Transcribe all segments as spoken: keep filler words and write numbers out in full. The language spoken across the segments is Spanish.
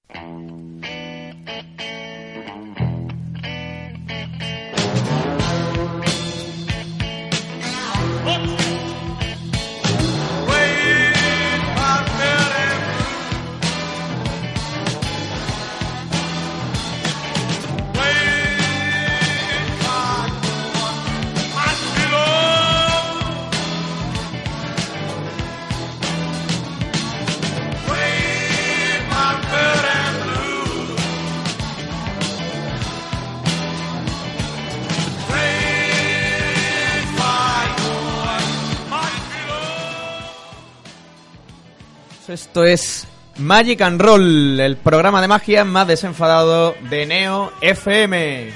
Esto es Magic and Roll, el programa de magia más desenfadado de Neo F M.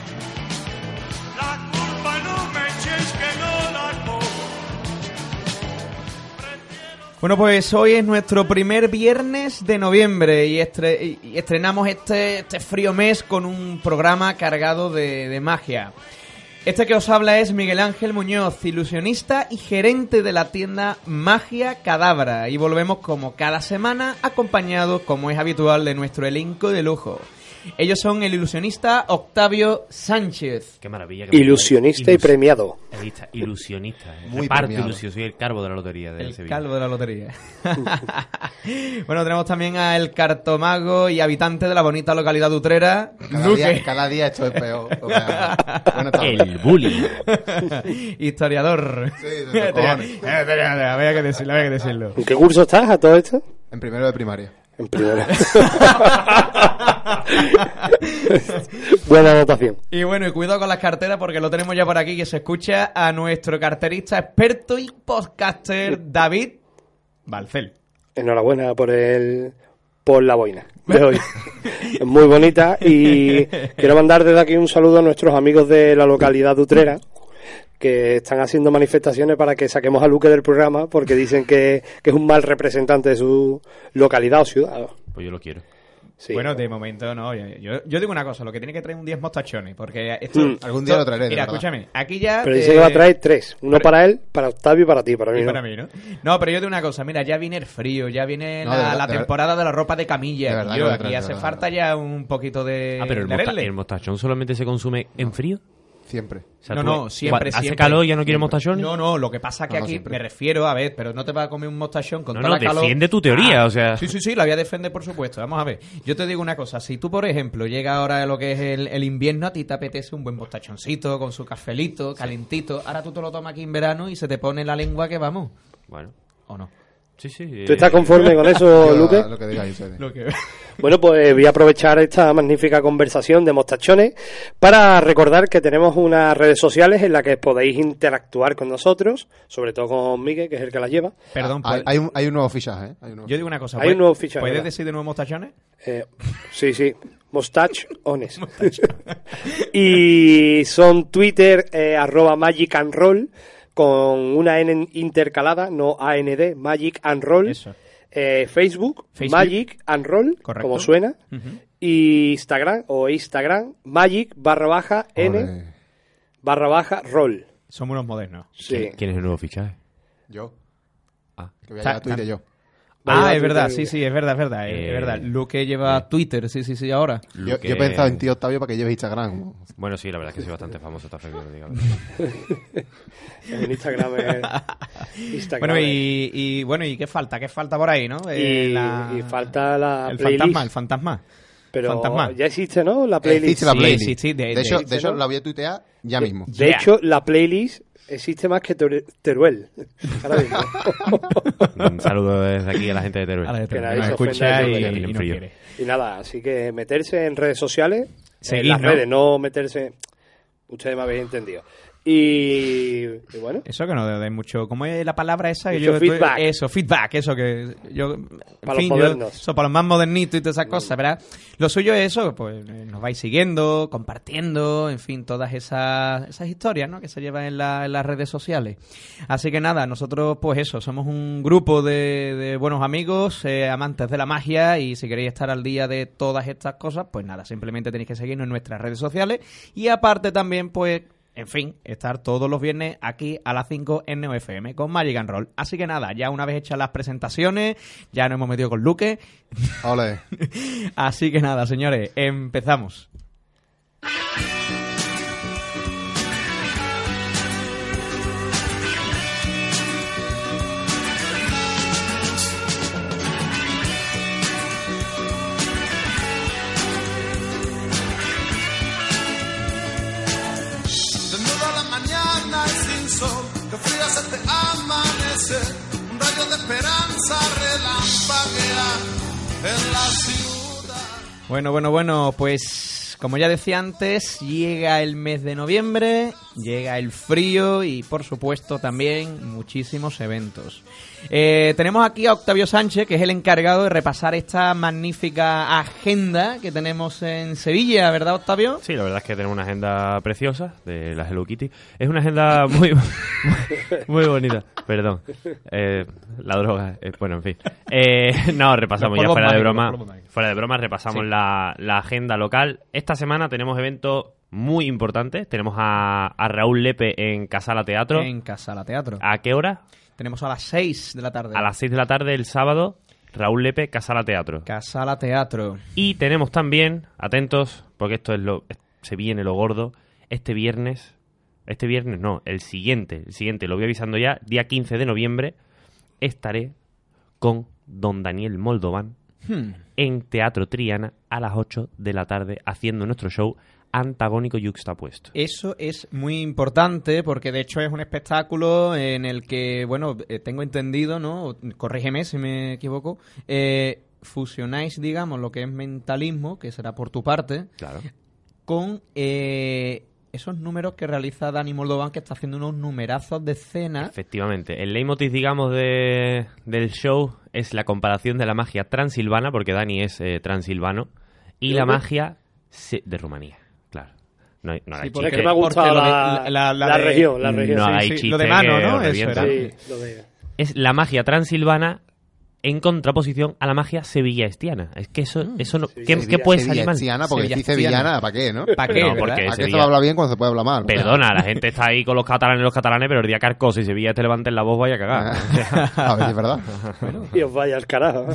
Bueno, pues hoy es nuestro primer viernes de noviembre y, estre- y estrenamos este, este frío mes con un programa cargado de, de magia. Este que os habla es Miguel Ángel Muñoz, ilusionista y gerente de la tienda Magia Cadabra. Y volvemos como cada semana, acompañados, como es habitual, de nuestro elenco de lujo. Ellos son el ilusionista Octavio Sánchez. Qué maravilla. Qué ilusionista ilus- y premiado. Ilusionista. ilusionista. Muy Parte premiado. ilusión. Soy el calvo de la lotería de El Sevilla. calvo de la lotería. Bueno, tenemos también a el cartomago y habitante de la bonita localidad de Utrera, Cada Luque. día, cada día esto es peor. O sea, buenas tardes. El bullying. Historiador. Sí, de los cojones. Eh, espera, espera, había que decirlo, había que decirlo. ¿En qué curso estás a todo esto? En primero de primaria. En primero. Buena anotación. Y bueno, y cuidado con las carteras porque lo tenemos ya por aquí, que se escucha a nuestro carterista experto y podcaster David Balcel. Enhorabuena por el por la boina de hoy. Es muy bonita y quiero mandar desde aquí un saludo a nuestros amigos de la localidad de Utrera, que están haciendo manifestaciones para que saquemos a Luque del programa porque dicen que, que es un mal representante de su localidad o ciudad. Pues yo lo quiero. Sí. Bueno, de momento no. Yo, yo digo una cosa, lo que tiene que traer un día es mostachones, porque esto... Mm. Algún día lo traeré, de Mira, verdad. escúchame, aquí ya... Pero eh, dice que va a traer tres. Uno para él, para Octavio y para ti, para mí y no. para mí, ¿no? No, pero yo digo una cosa, mira, ya viene el frío, ya viene No, la, de verdad, la de temporada de la ropa de camilla. De verdad y que yo, lo aquí trae, de hace verdad, falta de ya un poquito de... Ah, pero el, de mosta- verle. el mostachón solamente se consume en frío. Siempre. O sea, No, tú- no, siempre, ¿Hace siempre. calor y ya no quiere mostachones? No, no, lo que pasa es que No, no, aquí siempre. me refiero, a ver, pero no te vas a comer un mostachón con No, toda no, la calor. defiende tu teoría, Ah, o sea. Sí, sí, sí, la voy a defender, por supuesto. Vamos a ver. Yo te digo una cosa, si tú, por ejemplo, llega ahora lo que es el, el invierno, a ti te apetece un buen mostachoncito con su cafelito, calentito. Ahora tú te lo tomas aquí en verano y se te pone en la lengua que vamos. Bueno, ¿O no? sí, sí. ¿Tú eh, estás conforme con eso, Yo, Luque? Lo que digáis ustedes. Lo que... Bueno, pues voy a aprovechar esta magnífica conversación de mostachones para recordar que tenemos unas redes sociales en las que podéis interactuar con nosotros, sobre todo con Miguel, que es el que las lleva. Perdón, Hay, pues, hay, un, hay un nuevo fichaje, ¿eh? Hay un nuevo- yo digo una cosa. Hay ¿puedes- un nuevo fichaje, ¿Puedes ¿verdad? decir de nuevo mostachones? Eh, sí, sí, mostachones. Y son Twitter, eh, arroba Magic and Roll, con una N intercalada, no A N D, Magic and Roll. Eso. Eh, Facebook, Facebook. Magic and Roll, Correcto. como suena. Ujú. Y Instagram, o Instagram, Magic barra baja N Ole. barra baja Roll. Somos unos modernos. Sí. ¿Quién es el nuevo fichaje? Yo. Ah. Que voy a Está- llegar a Twitter yo. Vale, Ah, vale, es verdad, Twitter. sí, sí, es verdad, es verdad, es, Eh, es verdad. Luque lleva Twitter, sí, sí, sí, ahora. Yo, Luque- yo he pensado en ti, Octavio, para que lleves Instagram. Bueno, sí, la verdad es que soy bastante famoso esta fecha, digamos. En Instagram es- Instagram Bueno, es- y, y bueno, ¿y qué falta? ¿Qué falta por ahí, no? y, Eh, la- y falta la el playlist. fantasma, el fantasma. Pero fantasma. ya existe, ¿no? La playlist. Existe la Sí, playlist. sí, sí, de- de, de- hecho, existe, de hecho ¿no? la voy a tuitear ya mismo. De Yeah. hecho, la playlist existe más que Teru- Teruel. Ahora mismo. Un saludo desde aquí a la gente de Teruel. A la de Que Teruel, nadie nos se escucha ofenda, y, que y tienen nos frío. quiere. Y nada, así que meterse en redes sociales, en Seguir, las ¿no? redes, no meterse. Ustedes me habéis entendido. Y, y bueno, Eso que no de mucho. ¿Cómo es la palabra esa? Que Mucho yo, feedback. Eso, feedback, eso que yo. en Para los fin, yo- modernos. eso, para los más modernitos y todas esas cosas, ¿verdad? Lo suyo es eso, pues eh, nos vais siguiendo, compartiendo, en fin, todas esas, esas historias, ¿no? Que se llevan en, la- en las redes sociales. Así que nada, nosotros, pues eso, somos un grupo de, de buenos amigos, eh, amantes de la magia, y si queréis estar al día de todas estas cosas, pues nada, simplemente tenéis que seguirnos en nuestras redes sociales. Y aparte también, pues, en fin, estar todos los viernes aquí a las cinco en Neo F M con Magic and Roll. Así que nada, ya una vez hechas las presentaciones, ya nos hemos metido con Luque. Ole. Así que nada, señores, empezamos. Que frío se te amanece, un rayo de esperanza relampaguea en la ciudad. Bueno, bueno, bueno, pues como ya decía antes, llega el mes de noviembre, llega el frío y por supuesto también muchísimos eventos. Eh, tenemos aquí a Octavio Sánchez, que es el encargado de repasar esta magnífica agenda que tenemos en Sevilla, ¿verdad, Octavio? Sí, la verdad es que tenemos una agenda preciosa de la Hello Kitty. Es una agenda muy muy bonita. Perdón. Eh, la droga. Eh, bueno, en fin. Eh, no, repasamos ya fuera de broma. Fuera de broma, repasamos sí. la, la agenda local. Esta semana tenemos eventos muy importantes. Tenemos a, a Raúl Lepe en Casala Teatro. En Casala Teatro. ¿A qué hora? Tenemos a las seis de la tarde. A las seis de la tarde el sábado, Raúl Lepe, Casala Teatro. Casala Teatro. Y tenemos también, atentos, porque esto es lo se viene lo gordo, este viernes, este viernes no, el siguiente, el siguiente, lo voy avisando ya, día quince de noviembre, estaré con don Daniel Moldovan hmm. en Teatro Triana a las ocho de la tarde haciendo nuestro show antagónico yuxtapuesto. Eso es muy importante porque de hecho es un espectáculo en el que, bueno, eh, tengo entendido, ¿no? Corrígeme si me equivoco, eh, fusionáis, digamos, lo que es mentalismo, que será por tu parte, claro, con eh, esos números que realiza Dani Moldovan, que está haciendo unos numerazos de escena. Efectivamente. El leitmotiv, digamos, de, del show es la comparación de la magia transilvana, porque Dani es eh, transilvano, y la magia se, de Rumanía. Claro. No hay, no sí, hay porque chiste. me ha gustado la, la, la, la, la de, región, la región. No sí, hay sí. chiste. Lo de mano, ¿no? Eso era. Sí, lo de... Es la magia transilvana en contraposición a la magia sevillaestiana. Es que eso, eso no, sí, ¿qué, Sevilla, ¿qué puede salir mal? Sevillaestiana, porque si sevillana, ¿para qué, no? ¿Para qué? No, ¿verdad? porque ¿A qué Sevilla... se va a hablar bien cuando se puede hablar mal? Perdona, la gente está ahí con los catalanes los catalanes, pero el día Carcosa y Sevilla te levanten la voz, vaya a cagar. A ver si es verdad. Y os vaya al carajo.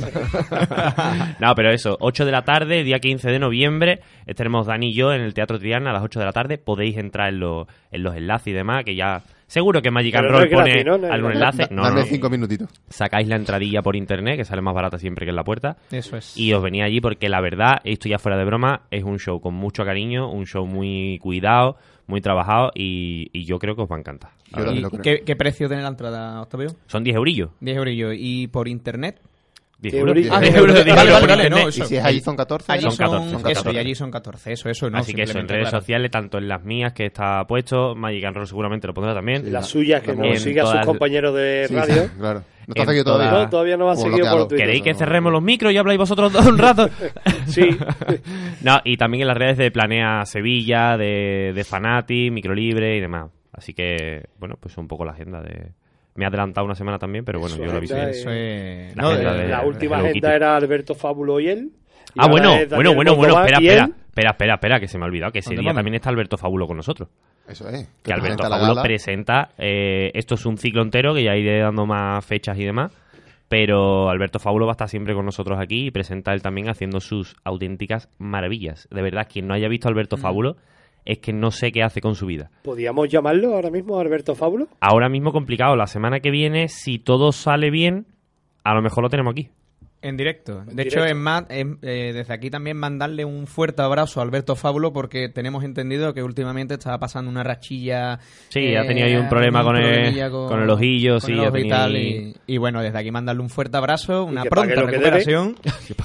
No, pero eso, ocho de la tarde, día quince de noviembre, estaremos Dani y yo en el Teatro Triana a las ocho de la tarde. Podéis entrar en, lo, en los enlaces y demás, que ya... Seguro que Magic and Roll no pone gratis, ¿no? No, algún no, enlace. No, Dame no. cinco minutitos. Sacáis la entradilla por internet, que sale más barata siempre que en la puerta. Eso es. Y os venía allí porque la verdad, esto ya fuera de broma, es un show con mucho cariño, un show muy cuidado, muy trabajado y, y yo creo que os va a encantar. Yo también lo ¿Y creo. qué, qué precio tiene la entrada, Octavio? Son diez eurillos. diez eurillos. ¿Y por internet? diez diez euros. eurillos. Ah, diez diez euros, euros. diez Vale, euros vale, por vale, no, internet. eso. Y si es allí son catorce. Allí Son son, catorce, eso, son catorce. y allí son catorce, eso, eso, ¿no? Así que eso, en Simplemente, redes claro. sociales, tanto en las mías, que está puesto, Magic and Roll seguramente lo pondrá también. Las suyas, que En no siga a sus todas- compañeros de Sí, radio. sí, claro. No está En seguido toda- todavía. No, todavía no me han Pues seguido bloquealo. por Twitter. ¿Queréis que cerremos los micros y habláis vosotros dos un rato? Sí. No, y también en las redes de Planea Sevilla, de, de Fanati, Microlibre y demás. Así que, bueno, pues un poco la agenda de... Me he adelantado una semana también, pero bueno, Su yo lo avisé. agenda Eso es... La no, agenda de- de- La última Hello agenda Kitty. era Alberto Fábulo y él. Y Ah, ahora bueno, es bueno, Daniel bueno, bueno, Moldovan espera, y espera, él. espera, espera, espera, que se me ha olvidado que ese ¿Dónde día vamos? también está Alberto Fábulo con nosotros. Eso es. Que Alberto presenta la Fábulo gala. presenta, eh, esto es un ciclo entero, que ya iré dando más fechas y demás, pero Alberto Fábulo va a estar siempre con nosotros aquí y presenta él también haciendo sus auténticas maravillas. De verdad, quien no haya visto a Alberto Fábulo es que no sé qué hace con su vida. ¿Podríamos llamarlo ahora mismo Alberto Fábulo? Ahora mismo complicado, la semana que viene, si todo sale bien, a lo mejor lo tenemos aquí. En directo. De En hecho, directo. es más, es, eh, desde aquí también mandarle un fuerte abrazo a Alberto Fábulo porque tenemos entendido que últimamente estaba pasando una rachilla. Sí, ha tenido ahí un problema con el- problemilla con el ojillo, con sí, el ha ojo y tenido tal. ahí- Y, y bueno, desde aquí mandarle un fuerte abrazo, una que pague pronta lo que recuperación.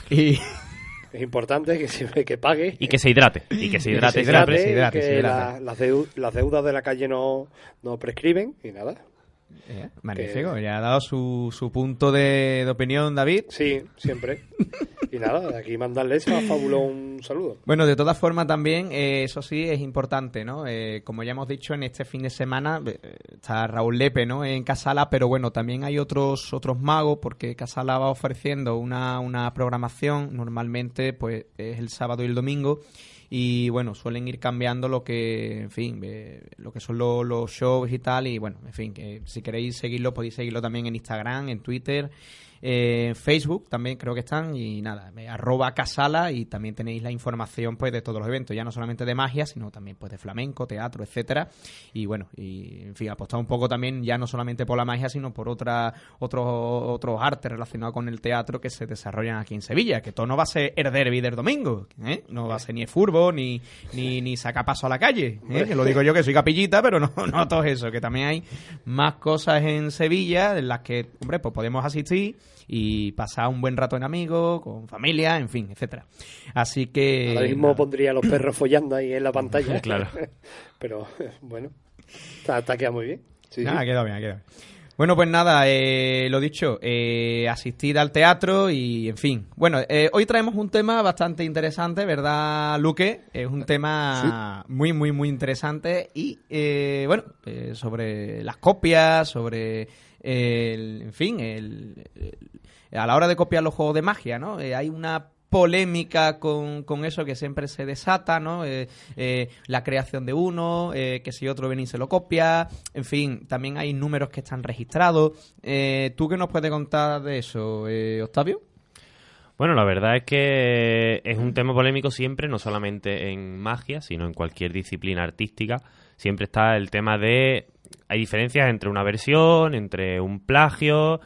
y Es importante que, siempre que pague. Y que se hidrate, y que se hidrate se siempre. hidrate, se hidrate, que se hidrate. la- las, deu- las deudas de la calle no, no prescriben y nada. Eh, magnífico, ya ha dado su, su punto de, de opinión, David. Sí, siempre. Y nada, de aquí mandarle a Fábulo un saludo. Bueno, de todas formas también, eh, eso sí, es importante, ¿no? Eh, como ya hemos dicho, en este fin de semana eh, está Raúl Lepe, ¿no? En Casala, pero bueno, también hay otros otros magos, porque Casala va ofreciendo una, una programación, normalmente pues es el sábado y el domingo, y bueno, suelen ir cambiando lo que, en fin, eh, lo que son lo, los shows y tal, y bueno, en fin, que si queréis seguirlo podéis seguirlo también en Instagram, en Twitter, en eh, Facebook también creo que están, y nada, eh, arroba Casala, y también tenéis la información pues de todos los eventos, ya no solamente de magia, sino también pues de flamenco, teatro, etcétera, y bueno, y en fin, apostar un poco también ya no solamente por la magia, sino por otra, otros otros artes relacionados con el teatro que se desarrollan aquí en Sevilla, que todo no va a ser el derbi del domingo, ¿eh? No va a ser ni el furbo, ni, ni, ni sacar paso a la calle, ¿eh? Que lo digo yo que soy capillita, pero no, no todo eso, que también hay más cosas en Sevilla en las que, hombre, pues podemos asistir y pasar un buen rato en amigos, con familia, en fin, etcétera. Así que... Ahora mismo nada. Pondría a los perros follando ahí en la pantalla. Claro. Pero, bueno, está, está quedado muy bien. Sí, ah, sí. ha quedado bien, ha quedado bien. Bueno, pues nada, eh, lo dicho, eh, asistir al teatro y, en fin. Bueno, eh, hoy traemos un tema bastante interesante, ¿verdad, Luque? Es un tema sí. muy, muy, muy interesante y, eh, bueno, eh, sobre las copias, sobre... El, en fin, el, el, a la hora de copiar los juegos de magia, ¿no? Eh, hay una polémica con, con eso que siempre se desata, ¿no? Eh, eh, la creación de uno, eh, que si otro viene y se lo copia, en fin, también hay números que están registrados. Eh, ¿Tú qué nos puedes contar de eso, eh, Octavio? Bueno, la verdad es que es un tema polémico siempre, no solamente en magia, sino en cualquier disciplina artística. Siempre está el tema de... Hay diferencias entre una versión, entre un plagio,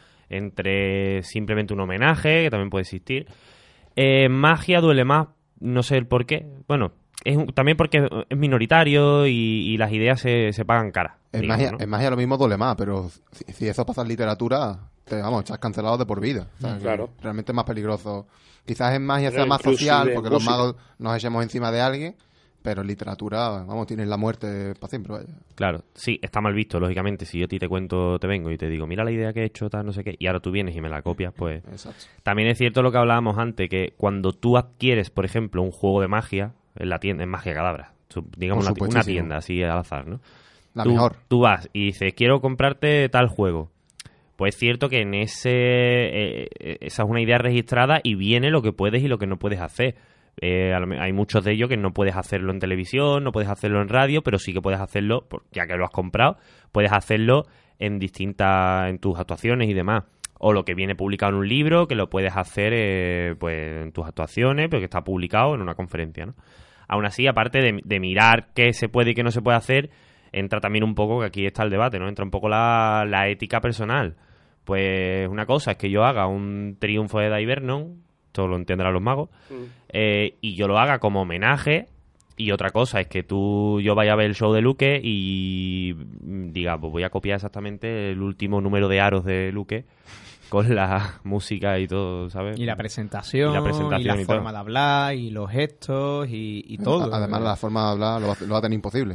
entre simplemente un homenaje, que también puede existir. Eh, magia duele más, no sé el por qué. Bueno, es un, también porque es minoritario y, y las ideas se, se pagan caras. En, digamos, magia, ¿no? en magia lo mismo duele más, pero si, si eso pasa en literatura, te, vamos, estás cancelado de por vida. O sea, claro. Realmente es más peligroso. Quizás en magia Pero sea más social, porque los música. magos nos echemos encima de alguien, pero en literatura, vamos, tienes la muerte para siempre, vaya. Claro, sí, está mal visto, lógicamente. Si yo a ti te cuento, te vengo y te digo, mira la idea que he hecho, tal, no sé qué, y ahora tú vienes y me la copias, pues... Exacto. También es cierto lo que hablábamos antes, que cuando tú adquieres, por ejemplo, un juego de magia, en la tienda, en Magia Cadabra, digamos una, una tienda así al azar, ¿no? La tú, mejor. Tú vas y dices, quiero comprarte tal juego. Pues es cierto que en ese... Eh, esa es una idea registrada y viene lo que puedes y lo que no puedes hacer. Eh, hay muchos de ellos que no puedes hacerlo en televisión, no puedes hacerlo en radio, pero sí que puedes hacerlo, ya que lo has comprado, puedes hacerlo en distintas, en tus actuaciones y demás. O lo que viene publicado en un libro, que lo puedes hacer eh, pues en tus actuaciones, pero que está publicado en una conferencia, ¿no? Aún así, aparte de, de mirar qué se puede y qué no se puede hacer, entra también un poco, que aquí está el debate, ¿no? Entra un poco la, la ética personal. Pues una cosa es que yo haga un triunfo de Dai Vernon, esto lo entenderán los magos, mm. eh, y yo lo haga como homenaje, y otra cosa es que tú yo vaya a ver el show de Luque y diga, pues voy a copiar exactamente el último número de aros de Luque con la música y todo, ¿sabes? Y la presentación, y la, presentación y la y forma todo. de hablar, y los gestos, y, y todo. Además, la forma de hablar lo va, lo va a tener imposible.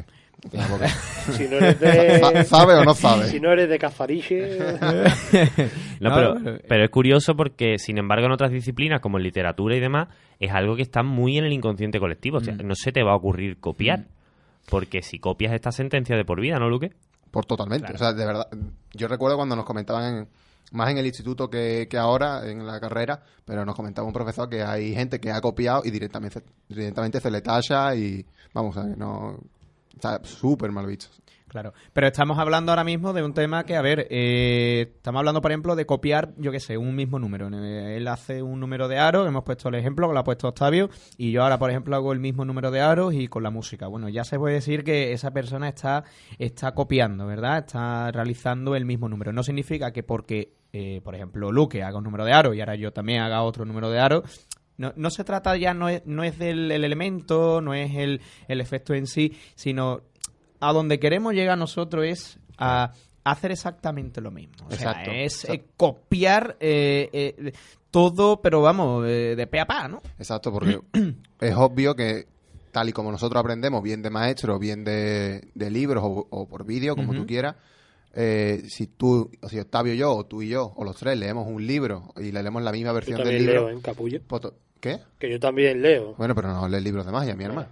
Si no eres de... ¿Sabe o no sabe? Si no eres de Cafariche... no, pero, pero es curioso porque, sin embargo, en otras disciplinas, como en literatura y demás, es algo que está muy en el inconsciente colectivo. O sea, no se te va a ocurrir copiar. Porque si copias esta sentencia de por vida, ¿no, Luque? Por totalmente. Claro. O sea, de verdad, yo recuerdo cuando nos comentaban, en, más en el instituto que, que ahora, en la carrera, pero nos comentaba un profesor que hay gente que ha copiado y directamente, directamente se le talla y, vamos, a ver, no... Está súper mal visto. Claro, pero estamos hablando ahora mismo de un tema que, a ver, eh, estamos hablando, por ejemplo, de copiar, yo qué sé, un mismo número. Él hace un número de aros, hemos puesto el ejemplo, lo ha puesto Octavio, y yo ahora, por ejemplo, hago el mismo número de aros y con la música. Bueno, ya se puede decir que esa persona está, está copiando, ¿verdad? Está realizando el mismo número. No significa que porque, eh, por ejemplo, Luque haga un número de aros y ahora yo también haga otro número de aros... No, no se trata ya, no es, no es del el elemento, no es el, el efecto en sí, sino a donde queremos llegar nosotros es a hacer exactamente lo mismo. O sea, exacto, es exacto. Eh, copiar eh, eh, todo, pero vamos, eh, de pe a pa, ¿no? Exacto, porque es obvio que tal y como nosotros aprendemos, bien de maestro, bien de, de libros o, o por vídeo, como uh-huh. tú quieras, eh, si tú, o si Octavio y yo, o tú y yo, o los tres leemos un libro y le leemos la misma versión del libro... Leo, ¿eh, capullo? Poto, ¿Qué? Que yo también leo. Bueno, pero no lees libros de magia, mi hermano.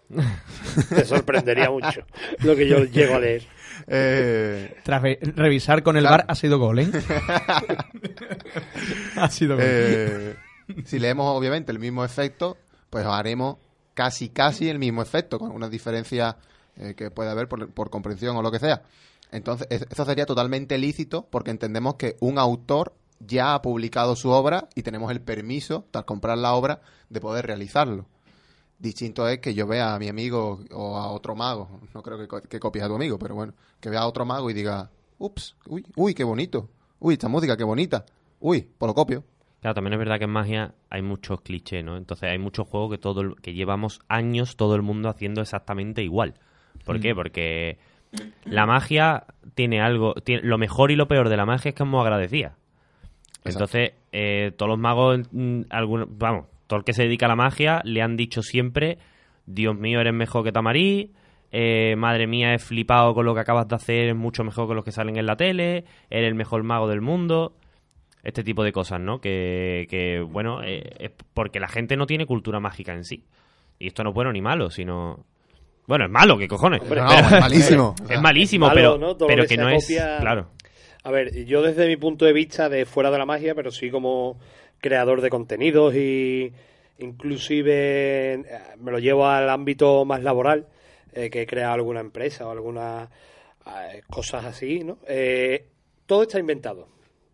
Te sorprendería mucho lo que yo llego a leer. Eh... Tras re- revisar con el claro. bar ha sido gol, ¿eh? ha sido gol. Eh, si leemos, obviamente, el mismo efecto, pues haremos casi, casi el mismo efecto, con una diferencia eh, que puede haber por, por comprensión o lo que sea. Entonces, es- eso sería totalmente lícito porque entendemos que un autor ya ha publicado su obra y tenemos el permiso, tras comprar la obra, de poder realizarlo. Distinto es que yo vea a mi amigo o a otro mago, no creo que, co- que copies a tu amigo, pero bueno, que vea a otro mago y diga, ups, uy, uy, qué bonito, uy, esta música, qué bonita, uy, pues lo copio. Claro, también es verdad que en magia hay muchos clichés, ¿no? Entonces hay muchos juegos que todo el- que llevamos años todo el mundo haciendo exactamente igual. ¿Por qué? Porque la magia tiene algo... Tiene, lo mejor y lo peor de la magia es que es muy agradecida. Entonces, eh, todos los magos, mm, algunos, vamos, todo el que se dedica a la magia le han dicho siempre, Dios mío, eres mejor que Tamarí, eh, madre mía, he flipado con lo que acabas de hacer, es mucho mejor que los que salen en la tele, eres el mejor mago del mundo... Este tipo de cosas, ¿no? Que, que bueno, eh, es porque la gente no tiene cultura mágica en sí. Y esto no es bueno ni malo, sino... Bueno, es malo, ¿qué cojones? No, no, es malísimo. Es malísimo, Malo, pero, ¿no? Todo pero lo que, que no se es... copia- Claro. A ver, yo desde mi punto de vista de fuera de la magia, pero sí como creador de contenidos y inclusive eh, me lo llevo al ámbito más laboral, eh, que he creado alguna empresa o algunas eh, cosas así, ¿no? Eh, todo está inventado.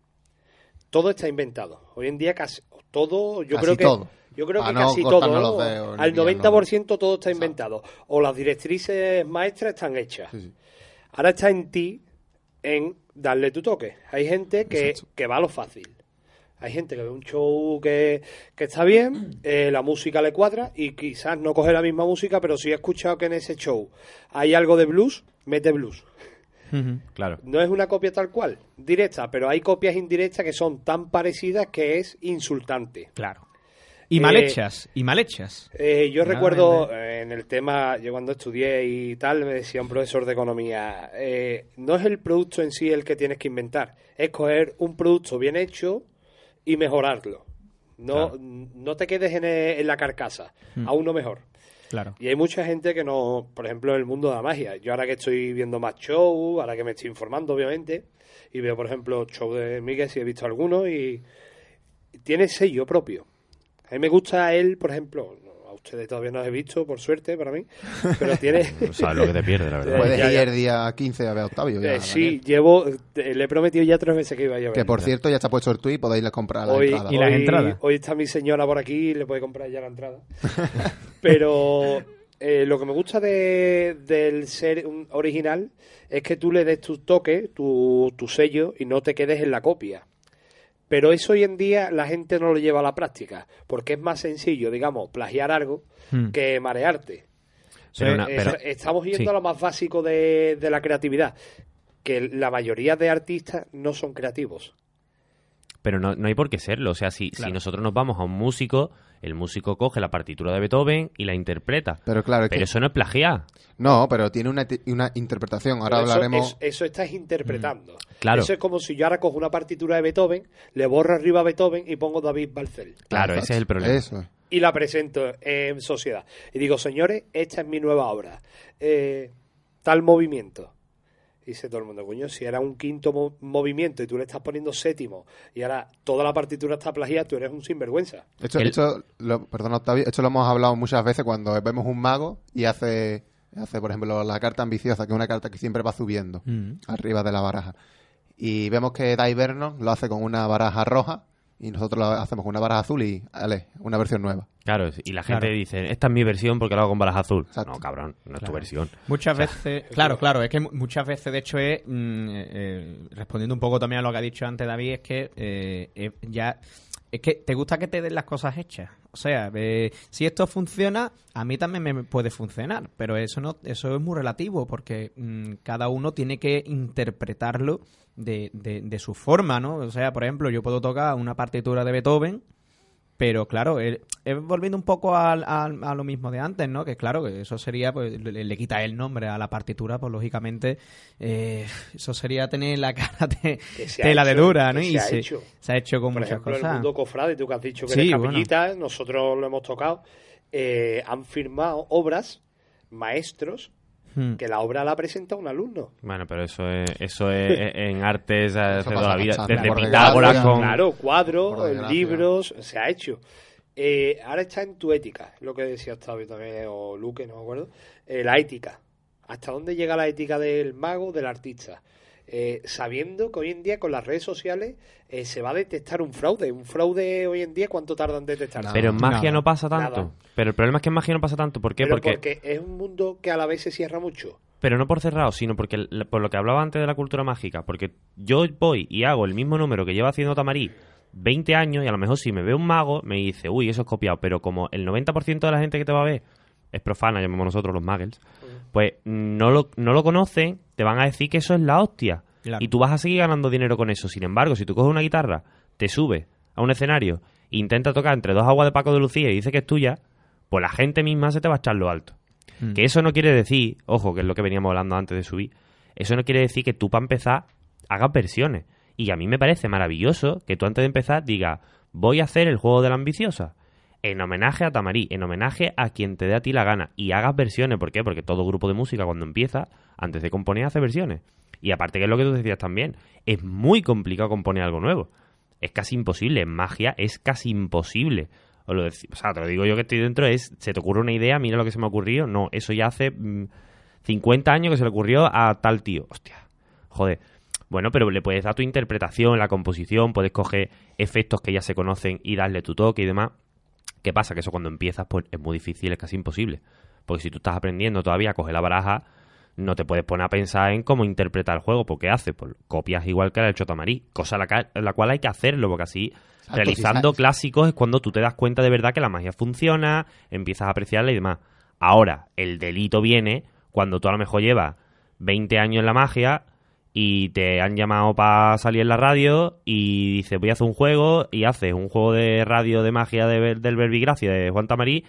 Todo está inventado. Hoy en día casi todo, yo Casi creo que todo. yo creo Para que no casi cortarnos todo, los ¿no? dedos ni Al noventa por ciento todo está Exacto. inventado. O las directrices maestras están hechas. Sí, sí. Ahora está en ti en darle tu toque. Hay gente que, Exacto. que va a lo fácil. Hay gente que ve un show que, que está bien, eh, la música le cuadra y quizás no coge la misma música, pero si ha escuchado que en ese show hay algo de blues, mete blues. Claro. No es una copia tal cual, directa, pero hay copias indirectas que son tan parecidas que es insultante. Claro. Y Eh, mal hechas, y mal hechas. Eh, yo Nada, recuerdo nada. eh, en el tema, yo cuando estudié y tal, me decía un profesor de economía, eh, no es el producto en sí el que tienes que inventar, es coger un producto bien hecho y mejorarlo. No, Claro. no te quedes en, en la carcasa, a uno mejor. Claro. Y hay mucha gente que no, por ejemplo, en el mundo de la magia. Yo ahora que estoy viendo más show, ahora que me estoy informando, obviamente, y veo, por ejemplo, show de Miguel, si he visto algunos, y tiene sello propio. A mí me gusta él, por ejemplo, a ustedes todavía no los he visto, por suerte para mí, pero tiene... No sabes lo que te pierdes, la verdad. Eh, Puedes ya, ir ya. el día quince a ver a Octavio. Ya, Eh, sí, Daniel. llevo, eh, le he prometido ya tres veces que iba a llevar. Que por cierto ya está puesto el tweet, podéis ir a comprar la Hoy, entrada. Y las hoy- entradas. hoy está mi señora por aquí y le puede comprar ya la entrada. Pero eh, lo que me gusta de, del ser un original es que tú le des tu toque, tu, tu sello y no te quedes en la copia. Pero eso hoy en día la gente no lo lleva a la práctica, porque es más sencillo, digamos, plagiar algo Hmm. que marearte. Pero una- Eh, pero- estamos yendo sí. a lo más básico de, de la creatividad, que la mayoría de artistas no son creativos. Pero no, no hay por qué serlo. O sea, si, Claro. si nosotros nos vamos a un músico, el músico coge la partitura de Beethoven y la interpreta. Pero claro, es Pero que... eso no es plagiar. No, pero tiene una, ti- una interpretación. Ahora Pero eso- hablaremos... Eso, eso estás interpretando. Claro. Eso es como si yo ahora cojo una partitura de Beethoven, le borro arriba a Beethoven y pongo David Balcel. Claro, ese es el problema. Eso es. Y la presento en sociedad. Y digo, señores, esta es mi nueva obra. Eh, tal movimiento. Y dice todo el mundo, coño, si era un quinto mo- movimiento y tú le estás poniendo séptimo y ahora toda la partitura está plagiada, tú eres un sinvergüenza. Esto, El- esto lo, perdón, Octavio, esto lo hemos hablado muchas veces cuando vemos un mago y hace, hace, por ejemplo, la carta ambiciosa, que es una carta que siempre va subiendo Mm. arriba de la baraja. Y vemos que Dai Vernon lo hace con una baraja roja y nosotros lo hacemos con una baraja azul y, ale, una versión nueva. Claro, y la gente Claro. dice, esta es mi versión porque lo hago con balas azul. Exacto. No, cabrón, no es tu Claro. versión. Muchas veces, claro, claro, es que mu- muchas veces, de hecho, es mm, eh, eh, respondiendo un poco también a lo que ha dicho antes David, es que eh, eh, ya es que te gusta que te den las cosas hechas. O sea, eh, si esto funciona, a mí también me puede funcionar, pero eso no, eso es muy relativo porque mm, cada uno tiene que interpretarlo de, de, de su forma, ¿no? O sea, por ejemplo, yo puedo tocar una partitura de Beethoven. Pero claro, eh, eh, volviendo un poco al- al- a, lo mismo de antes, ¿no? Que claro, que eso sería, pues le, le quita el nombre a la partitura, pues lógicamente eh, eso sería tener la cara de Que se ha tela de hecho, dura, ¿no? que Y se ha se, hecho. se ha hecho con Por muchas ejemplo, el cosas. mundo cofrade, tú que has dicho que Sí, eres bueno. capillita, nosotros lo hemos tocado, eh, han firmado obras, maestros, Hmm. que la obra la presenta un alumno. Bueno, pero eso es, eso es en artes hace Eso toda pasa la vida. bastante. Desde Por Pitágoras desgracia, con... Claro, cuadros, Por desgracia. libros, se ha hecho. Eh, ahora está en tu ética, lo que decía Octavio también, o Luque, no me acuerdo. Eh, la ética. ¿Hasta dónde llega la ética del mago, del artista? Eh, sabiendo que hoy en día con las redes sociales eh, se va a detectar un fraude. Un fraude hoy en día, ¿cuánto tarda en detectarse? Pero en magia Nada. no pasa tanto. Nada. Pero el problema es que en magia no pasa tanto. ¿Por qué? Pero Porque... porque es un mundo que a la vez se cierra mucho. Pero no por cerrado, sino porque el- por lo que hablaba antes de la cultura mágica. Porque yo voy y hago el mismo número que lleva haciendo Tamarí veinte años y a lo mejor si me ve un mago me dice, uy, eso es copiado. Pero como el noventa por ciento de la gente que te va a ver es profana, llamamos nosotros los muggles, pues no lo, no lo conocen, te van a decir que eso es la hostia. Claro. Y tú vas a seguir ganando dinero con eso. Sin embargo, si tú coges una guitarra, te subes a un escenario e intentas tocar entre dos aguas de Paco de Lucía y dices que es tuya, pues la gente misma se te va a echar lo alto. Mm. Que eso no quiere decir, ojo, que es lo que veníamos hablando antes de subir, eso no quiere decir que tú para empezar hagas versiones. Y a mí me parece maravilloso que tú antes de empezar digas, voy a hacer el juego de la ambiciosa en homenaje a Tamarí, en homenaje a quien te dé a ti la gana, y hagas versiones. ¿Por qué? Porque todo grupo de música cuando empieza, antes de componer hace versiones. Y aparte, que es lo que tú decías también, es muy complicado componer algo nuevo. Es casi imposible, en magia es casi imposible. O, lo dec- o sea, te lo digo yo que estoy dentro, es, se te ocurre una idea, mira lo que se me ha ocurrido. No, eso ya hace mm, cincuenta años que se le ocurrió a tal tío. Hostia, joder. Bueno, pero le puedes dar tu interpretación, la composición, puedes coger efectos que ya se conocen y darle tu toque y demás. ¿Qué pasa? Que eso cuando empiezas pues es muy difícil, es casi imposible. Porque si tú estás aprendiendo todavía a coger la baraja, no te puedes poner a pensar en cómo interpretar el juego. ¿Por qué haces? Pues copias igual que la del Chotamarí, cosa la, ca- la cual hay que hacerlo, porque así, Exacto, realizando sí, clásicos es cuando tú te das cuenta de verdad que la magia funciona, empiezas a apreciarla y demás. Ahora, el delito viene cuando tú a lo mejor llevas veinte años en la magia y te han llamado para salir en la radio y dices, voy a hacer un juego, y haces un juego de radio de magia de, Ver- del Verbigracia de Juan Tamarí,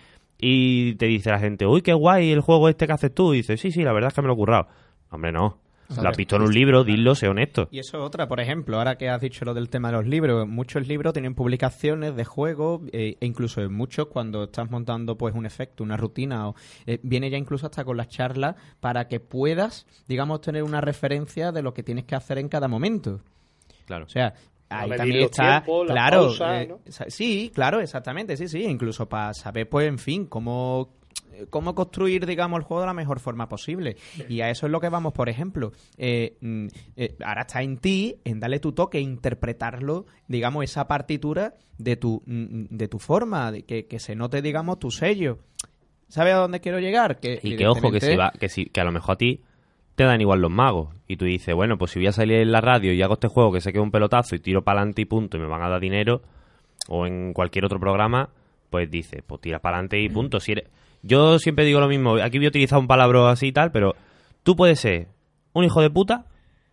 y te dice la gente, uy, qué guay el juego este que haces tú, y dices, sí, sí, la verdad es que me lo he currado. Hombre, no. Lo has visto en un libro, dilo, sé honesto. Y eso es otra, por ejemplo, ahora que has dicho lo del tema de los libros, muchos libros tienen publicaciones de juegos, eh, e incluso en muchos cuando estás montando pues un efecto, una rutina, o eh, viene ya incluso hasta con las charlas para que puedas, digamos, tener una referencia de lo que tienes que hacer en cada momento. Claro. O sea, ahí medir también los está, tiempos, las claro, pausas, eh, ¿no? sa- sí, claro, exactamente, sí, sí, incluso para saber, pues, en fin, cómo cómo construir, digamos, el juego de la mejor forma posible. Y a eso es lo que vamos, por ejemplo. Eh, mm, eh, ahora está en ti, en darle tu toque, interpretarlo, digamos, esa partitura de tu, mm, de tu forma, de que, que se note, digamos, tu sello. ¿Sabes a dónde quiero llegar? Que, Y que ojo, que evidentemente- si va, que si, que a lo mejor a ti te dan igual los magos. Y tú dices, bueno, pues si voy a salir en la radio y hago este juego que sé que es un pelotazo y tiro para adelante y punto, y me van a dar dinero, o en cualquier otro programa, pues dices, pues tiras para adelante y punto. Si eres... Yo siempre digo lo mismo, aquí voy a utilizar un palabra así y tal, pero tú puedes ser un hijo de puta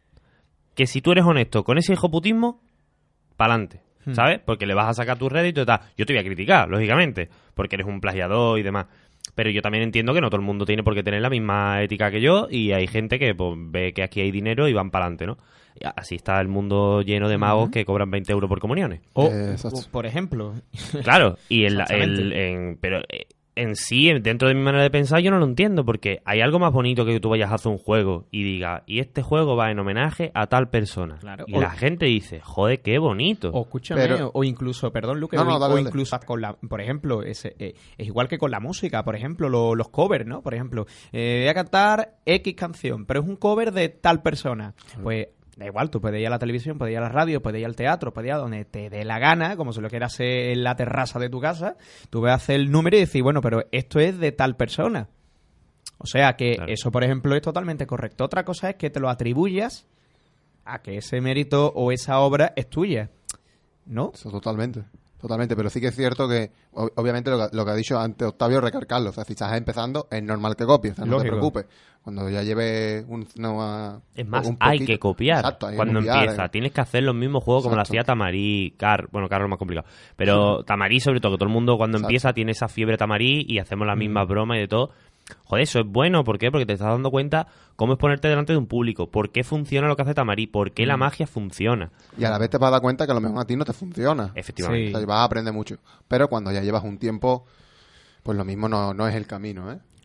que si tú eres honesto con ese hijoputismo, para adelante, ¿sabes? Porque le vas a sacar tu rédito y tal. Yo te voy a criticar, lógicamente, porque eres un plagiador y demás. Pero yo también entiendo que no todo el mundo tiene por qué tener la misma ética que yo, y hay gente que pues, ve que aquí hay dinero y van para adelante, ¿no? Y así está el mundo lleno de magos que cobran veinte euros por comuniones. O, Eh, exacto. o, por ejemplo, Claro, y el, Exactamente. el- en, pero eh, en sí, dentro de mi manera de pensar, yo no lo entiendo, porque hay algo más bonito que tú vayas a hacer un juego y digas, y este juego va en homenaje a tal persona. Claro. Y O- la gente dice, joder, qué bonito. o escúchame, Pero- o incluso, perdón, Luque, No, o, no, in- dale, o dale. incluso con la, por ejemplo, ese, eh, es igual que con la música, por ejemplo, lo- los covers, ¿no? Por ejemplo, eh, voy a cantar X canción, pero es un cover de tal persona. Pues da igual, tú puedes ir a la televisión, puedes ir a la radio, puedes ir al teatro, puedes ir a donde te dé la gana, como si lo quieras hacer en la terraza de tu casa, tú vas a hacer el número y decir, bueno, pero esto es de tal persona. O sea que Claro. eso, por ejemplo, es totalmente correcto. Otra cosa es que te lo atribuyas a que ese mérito o esa obra es tuya, ¿no? Eso totalmente, totalmente, pero sí que es cierto que ob- obviamente lo que, lo que ha dicho antes Octavio, recargarlo, o sea, si estás empezando es normal que copies, o sea, no Lógico. te preocupes, cuando ya lleves un, no, Es más, un hay poquito- que copiar. Exacto, hay que Cuando copiar, empieza, eh. tienes que hacer los mismos juegos como lo Exacto. hacía Tamarí, Car, bueno, Carlos es más complicado. Pero Tamarí, sobre todo, que todo el mundo cuando Exacto. empieza tiene esa fiebre Tamarí y hacemos las mismas Mm. bromas y de todo. Joder, eso es bueno, ¿por qué? Porque te estás dando cuenta cómo es ponerte delante de un público, por qué funciona lo que hace Tamarí, por qué la Mm. magia funciona. Y a la vez te vas a dar cuenta que a lo mejor a ti no te funciona. Efectivamente. Sí. O sea, vas a aprender mucho. Pero cuando ya llevas un tiempo, pues lo mismo no, no es el camino, ¿eh?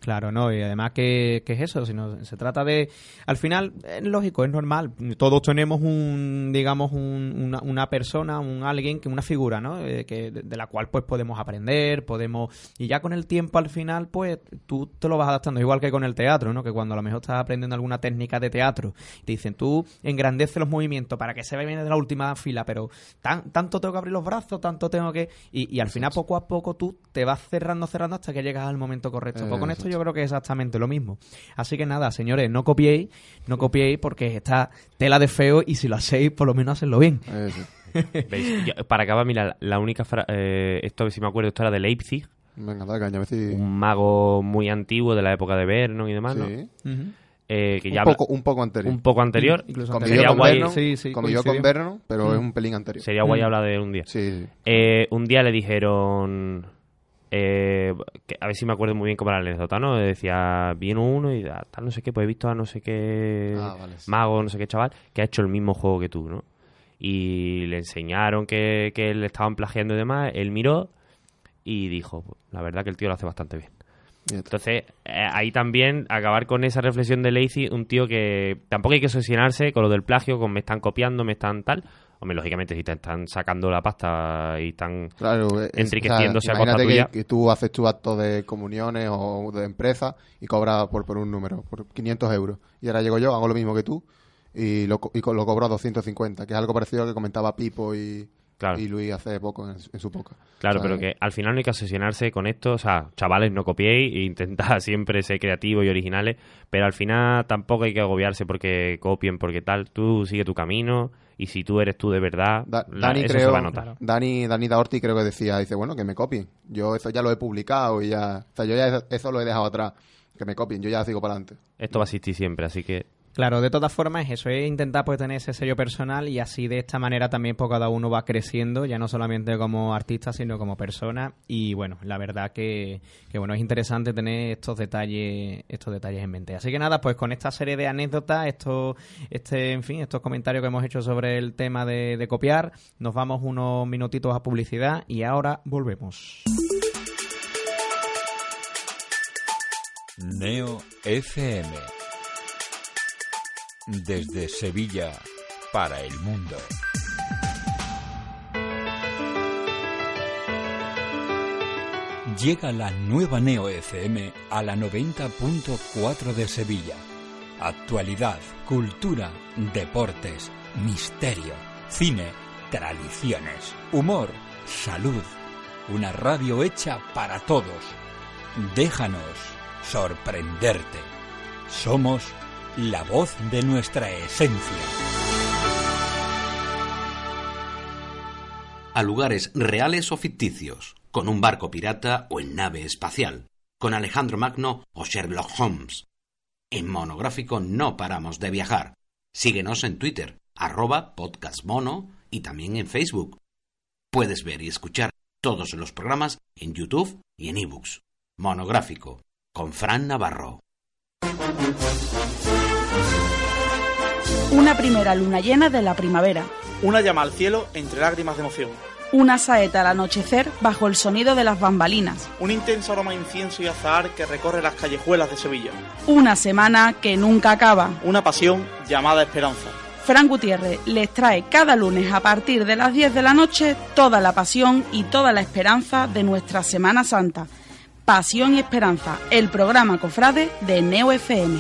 Claro, no, y además que, que es eso, sino se trata de, al final, es lógico, es normal, todos tenemos un, digamos, un, una, una persona, un alguien, que una figura, ¿no? Eh, que de, de la cual pues podemos aprender, podemos, y ya con el tiempo al final, pues tú te lo vas adaptando, igual que con el teatro, ¿no? Que cuando a lo mejor estás aprendiendo alguna técnica de teatro, te dicen, tú engrandece los movimientos para que se vea bien de la última fila, pero tan, tanto tengo que abrir los brazos, tanto tengo que, y, y al final poco a poco tú te vas cerrando, cerrando hasta que llegas al momento correcto. Pues con esto yo creo que es exactamente lo mismo. Así que nada, señores, no copiéis, no copiéis porque está tela de feo y si lo hacéis, por lo menos hacedlo bien. ¿Veis? Yo, para acabar, mira, la única fra- eh, esto a ver si me acuerdo, esto era de Leipzig. Venga, dale caña, a ver si... Un mago muy antiguo de la época de Vernon y demás, ¿no? Sí. Uh-huh. Eh, que Un ya poco, habla- un poco anterior. un poco anterior. Incluso Convivió sería con guay, Vernon, sí, sí, convivió coincidió. con Vernon, pero Mm. es un pelín anterior. sería guay Mm. hablar de él un día. Sí, sí. Eh, un día le dijeron... Eh, que, a ver si me acuerdo muy bien cómo era la anécdota, ¿no? Decía, vino uno y ah, tal no sé qué, pues he visto a no sé qué Ah, vale, sí. mago, no sé qué chaval, que ha hecho el mismo juego que tú, ¿no? Y le enseñaron que, que le estaban plagiando y demás, él miró y dijo, pues, la verdad que el tío lo hace bastante bien. Ya está. Entonces, eh, ahí también, acabar con esa reflexión de Lacy, un tío que tampoco hay que obsesionarse con lo del plagio, con me están copiando, me están tal. Hombre, lógicamente, si te están sacando la pasta y están Claro, es- enriqueciéndose o sea, a costa imagínate tuya. que, que tú haces tu acto de comuniones o de empresa y cobras por, por un número, por quinientos euros. Y ahora llego yo, hago lo mismo que tú y lo, co- y co- lo cobro a doscientos cincuenta, que es algo parecido a lo que comentaba Pipo y, Claro. y Luis hace poco en, en su poca. Claro, O sea, pero que al final no hay que obsesionarse con esto. O sea, chavales, no copiéis e intentad siempre ser creativos y originales, pero al final tampoco hay que agobiarse porque copien, porque tal. Tú sigue tu camino y si tú eres tú de verdad, Da- la- Dani eso creo, se va a notar. Dani, Dani Daorti creo que decía, dice, bueno, que me copien. Yo eso ya lo he publicado y ya, o sea, yo ya eso lo he dejado atrás. Que me copien, yo ya sigo para adelante. Esto va a existir siempre, así que Claro, de todas formas es eso, es intentar pues tener ese sello personal y así de esta manera también pues cada uno va creciendo, ya no solamente como artista sino como persona y bueno, la verdad que, que bueno, es interesante tener estos detalles, estos detalles en mente. Así que nada, pues con esta serie de anécdotas, estos, este, en fin, estos comentarios que hemos hecho sobre el tema de, de copiar, nos vamos unos minutitos a publicidad y ahora volvemos. Neo F M. Desde Sevilla para el mundo. Llega la nueva Neo F M a la noventa punto cuatro de Sevilla. Actualidad, cultura, deportes, misterio, cine, tradiciones, humor, salud. Una radio hecha para todos. Déjanos sorprenderte. Somos la voz de nuestra esencia. A lugares reales o ficticios, con un barco pirata o en nave espacial, con Alejandro Magno o Sherlock Holmes. En Monográfico no paramos de viajar. Síguenos en Twitter, arroba podcastmono y también en Facebook. Puedes ver y escuchar todos los programas en YouTube y en ebooks. Monográfico, con Fran Navarro. Una primera luna llena de la primavera. Una llama al cielo entre lágrimas de emoción. Una saeta al anochecer bajo el sonido de las bambalinas. Un intenso aroma a incienso y azahar que recorre las callejuelas de Sevilla. Una semana que nunca acaba. Una pasión llamada esperanza. Fran Gutiérrez les trae cada lunes a partir de las diez de la noche toda la pasión y toda la esperanza de nuestra Semana Santa. Pasión y Esperanza, el programa cofrade de Neo F M.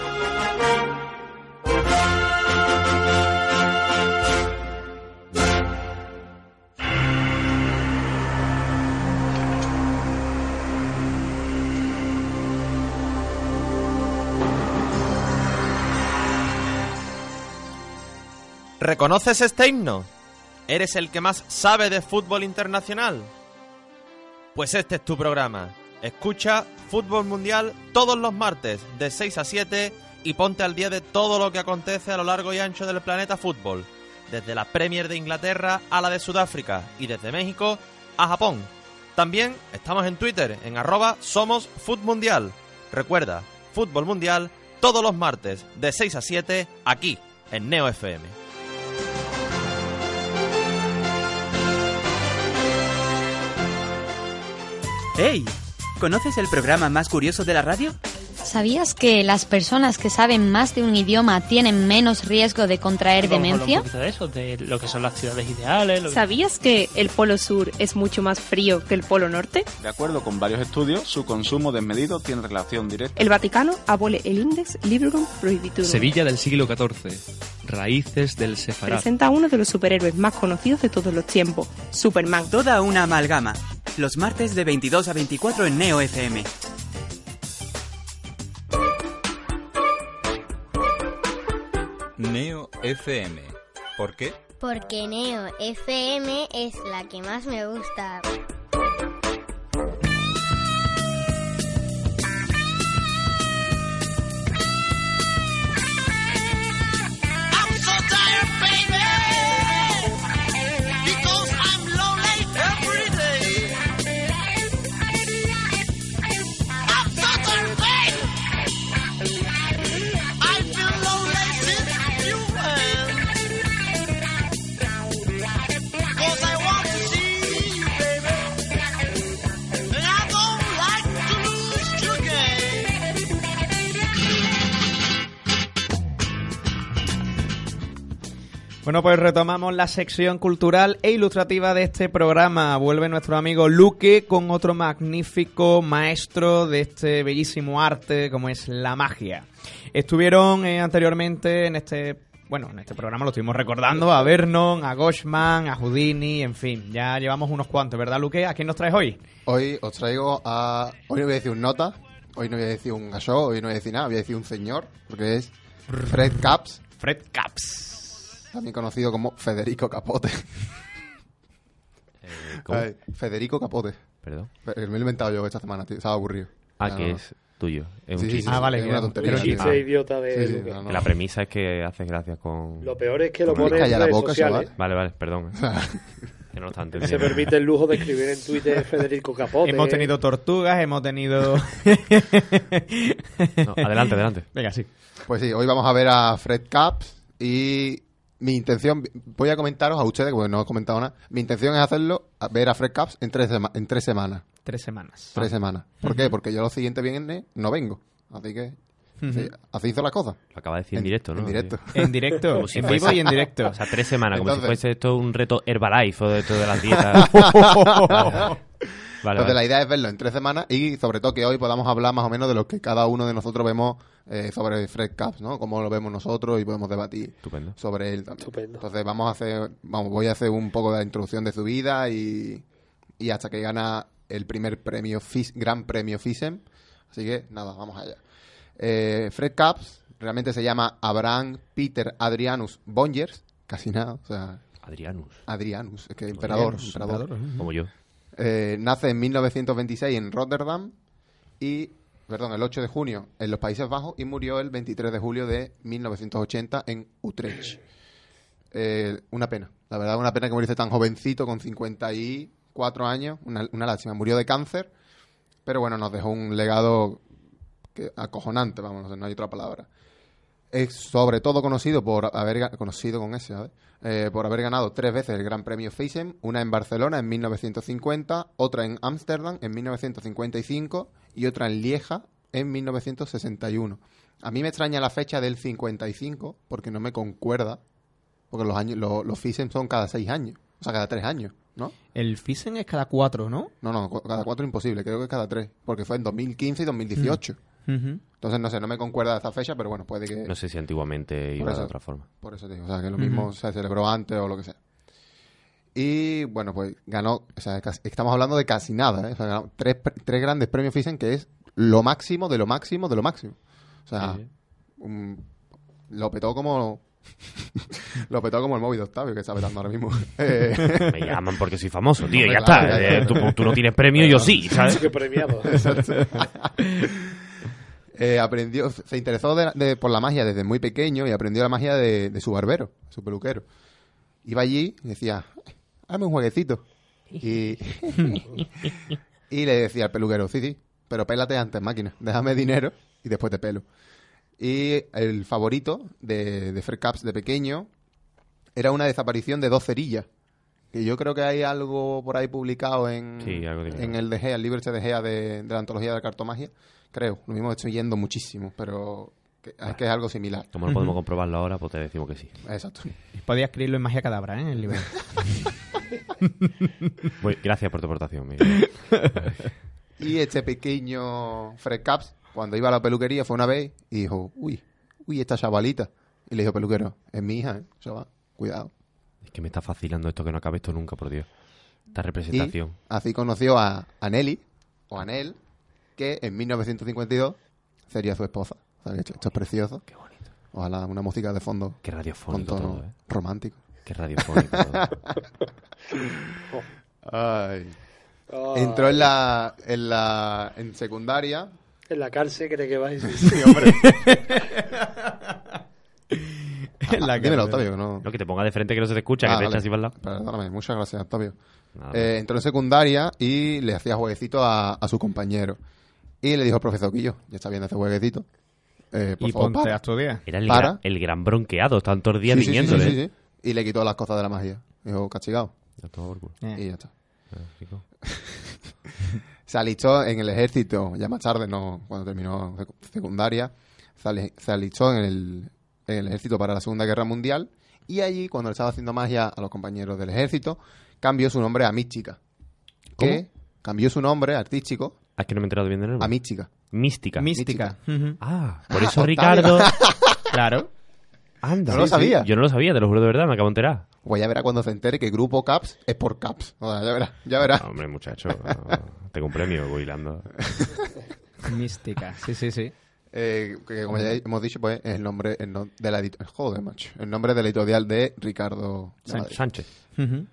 ¿Reconoces este himno? ¿Eres el que más sabe de fútbol internacional? Pues este es tu programa. Escucha Fútbol Mundial todos los martes de seis a siete y ponte al día de todo lo que acontece a lo largo y ancho del planeta fútbol, desde la Premier de Inglaterra a la de Sudáfrica y desde México a Japón. También estamos en Twitter en arroba somos Futmundial. Recuerda, Fútbol Mundial todos los martes de seis a siete aquí en Neo F M. ¡Hey! ¿Conoces el programa más curioso de la radio? ¿Sabías que las personas que saben más de un idioma tienen menos riesgo de contraer Vamos demencia? A hablar un poquito de eso, de lo que son las ciudades ideales. Lo que... ¿Sabías que el Polo Sur es mucho más frío que el Polo Norte? De acuerdo con varios estudios, su consumo desmedido tiene relación directa. El Vaticano abole el Index Librorum Prohibitorum. Sevilla del siglo catorce. Raíces del Sefarad. Presenta a uno de los superhéroes más conocidos de todos los tiempos, Superman. Toda una amalgama. Los martes de veintidós a veinticuatro en Neo F M. Neo F M. ¿Por qué? Porque Neo F M es la que más me gusta. Bueno, pues retomamos la sección cultural e ilustrativa de este programa. Vuelve nuestro amigo Luque con otro magnífico maestro de este bellísimo arte como es la magia. Estuvieron eh, anteriormente en este, bueno, en este programa lo estuvimos recordando a Vernon, a Goshman, a Houdini, en fin, ya llevamos unos cuantos, ¿verdad, Luque? ¿A quién nos traes hoy? Hoy os traigo a... Hoy no voy a decir un nota, hoy no voy a decir un gallo, hoy no voy a decir nada, voy a decir un señor, porque es Fred Capps. Fred Capps. También conocido como Federico Capote. Eh, ¿cómo? Ay, Federico Capote. Perdón. Me lo he inventado yo esta semana, tío. Estaba aburrido. Ah, no, que no. es tuyo. Es Sí, un sí, chiste. sí, Ah, vale, es una tontería. El chiste Ah. idiota de Sí, sí, Luque. no, no. Que la premisa es que haces gracias con... Lo peor es que lo ¿Tú no pone en callas la redes boca, sociales. chaval? Vale, vale, perdón. Que no lo está Se entendiendo. permite el lujo de escribir en Twitter Federico Capote. Hemos tenido tortugas, hemos tenido... No, adelante, adelante. Venga, sí. Pues sí, hoy vamos a ver a Fred Capps y mi intención, voy a comentaros a ustedes, porque no he comentado nada, mi intención es hacerlo, a ver a Fred Capps en tres, sema- en tres semanas. Tres semanas. Tres semanas. ¿Por qué? Porque yo los siguientes viernes no vengo. Así que, sí, así hizo la cosa. Lo acaba de decir en, directo, ¿no? En directo. En directo, Como si en fuese- vivo y en directo. O sea, tres semanas, como Entonces- si fuese esto un reto Herbalife o de esto de las dietas. Vale, vale. Entonces la idea es verlo en tres semanas y sobre todo que hoy podamos hablar más o menos de lo que cada uno de nosotros vemos eh, sobre Fred Capps, ¿no? Cómo lo vemos nosotros y podemos debatir Estupendo. sobre él también. Estupendo. Entonces vamos a hacer, vamos, voy a hacer un poco de la introducción de su vida y, y hasta que gana el primer premio, Fis- Gran Premio FISEM. Así que nada, vamos allá. Eh, Fred Capps realmente se llama Abraham Peter Adrianus Bongers, casi nada, o sea, Adrianus. Adrianus, es que emperador, Adrianus, emperador. emperador, Como yo. Eh, nace en mil novecientos veintiséis en Rotterdam y, perdón, el ocho de junio en los Países Bajos y murió el veintitrés de julio de mil novecientos ochenta en Utrecht. Eh, una pena, la verdad, una pena que muriese tan jovencito, con cincuenta y cuatro años, una, una lástima. Murió de cáncer, pero bueno, nos dejó un legado que, acojonante, vamos, no sé, no hay otra palabra. Es sobre todo conocido por haber ga- conocido con ese, ¿sabes? Eh, por haber ganado tres veces el Gran Premio FISEM, una en Barcelona en mil novecientos cincuenta, otra en Ámsterdam en mil novecientos cincuenta y cinco y otra en Lieja en mil novecientos sesenta y uno. A mí me extraña la fecha del cincuenta y cinco porque no me concuerda, porque los años los, los FISEM son cada seis años, o sea, cada tres años, ¿no? El FISEM es cada cuatro, ¿no? No, no, cu- cada cuatro imposible, creo que es cada tres, porque fue en dos mil quince y dos mil dieciocho. Ujú. Entonces, no sé, no me concuerda esa fecha, pero bueno, puede que... No sé si antiguamente iba eso. de otra forma. Por eso te digo, o sea, que lo mismo se celebró antes o lo que sea. Y bueno, pues ganó, o sea, casi- estamos hablando de casi nada, ¿eh? O sea, ganó tres, pre- tres grandes premios FISEM, que es lo máximo de lo máximo de lo máximo. O sea, Sí, sí. un- lo petó como... lo petó como el móvil de Octavio, que está petando ahora mismo. Eh, Me llaman porque soy famoso, tío, Hombre, ya claro, está. claro. Eh, tú, tú no tienes premio, yo sí, ¿sabes? Sí que premiado. Exacto. Eh, aprendió, se interesó de- de- por la magia desde muy pequeño y aprendió la magia de, de su barbero, su peluquero. Iba allí y decía, hazme un jueguecito. Y, y le decía al peluquero, sí, sí, pero pélate antes, máquina. Déjame dinero y después te pelo. Y el favorito de, de Fred Capps de pequeño era una desaparición de dos cerillas que yo creo que hay algo por ahí publicado en, Sí, algo tiene que en ver. el de Gea, el libro este de Gea de, de la antología de la cartomagia. Creo, lo mismo estoy yendo muchísimo, pero que, es que es algo similar. Como no podemos comprobarlo ahora, pues te decimos que sí. Exacto. Podía escribirlo en Magia Cadabra, ¿eh? En el libro. Pues, gracias por tu aportación, Miguel. Y este pequeño Fred Caps, cuando iba a la peluquería, fue una vez y dijo, uy, uy, esta chavalita. Y le dijo, peluquero, es mi hija, ¿eh? Chaval, cuidado. Es que me está fascinando esto, que no acabe esto nunca, por Dios. Esta representación. Y así conoció a, a Nelly, o a Nell, que en mil novecientos cincuenta y dos sería su esposa. O sea, esto, esto es precioso. Qué bonito. Ojalá una música de fondo. Qué radiofónico con tono todo, ¿eh? romántico. Qué radiofónico todo. Ay. Oh. Entró en la, en la en secundaria. En la cárcel cree que va a decir. Sí, hombre. En la Ah, dímelo, cárcel. Octavio, que no... No, que te ponga de frente, que no se te escucha, Ah, que te vale. echas así para el lado. Perdóname, muchas gracias, Octavio. Nada, Eh, entró en secundaria y le hacía jueguecito a, a su compañero. Y le dijo al profesor Quillo, ya está viendo ese jueguecito. Eh, por Y favor, ponte para. a estudiar. Era el, Para. gran, el gran bronqueado, tantos días Sí, sí, sí, viniéndole. sí, sí, sí. Y le quitó las cosas de la magia. Dijo, castigado. Ya todo por culo. Eh. Y ya está. Ah, chico. Se alistó en el ejército, ya más tarde, no cuando terminó sec- secundaria, se ali- se alistó en el, en el ejército para la Segunda Guerra Mundial y allí, cuando le estaba haciendo magia a los compañeros del ejército, cambió su nombre a Mística. Que cambió su nombre artístico Ah, es que no me he enterado bien de nombre. a Mística. Mística. Mística. Ujú. Ah, por Ah, eso Octavio. Ricardo... Claro. Anda. ¿No lo sabía? Yo no lo sabía, te lo juro de verdad, me acabo de enterar. Pues ya verá cuando se entere que Grupo Caps es por Caps. O sea, ya verá, ya verá. No, hombre, muchacho, tengo un premio, voy hilando. Mística. Sí, sí, sí. Eh, que como ya hemos dicho, pues es el nombre el no- de la editorial. Joder, macho. El nombre de la editorial de Ricardo San- Sánchez. Ujú.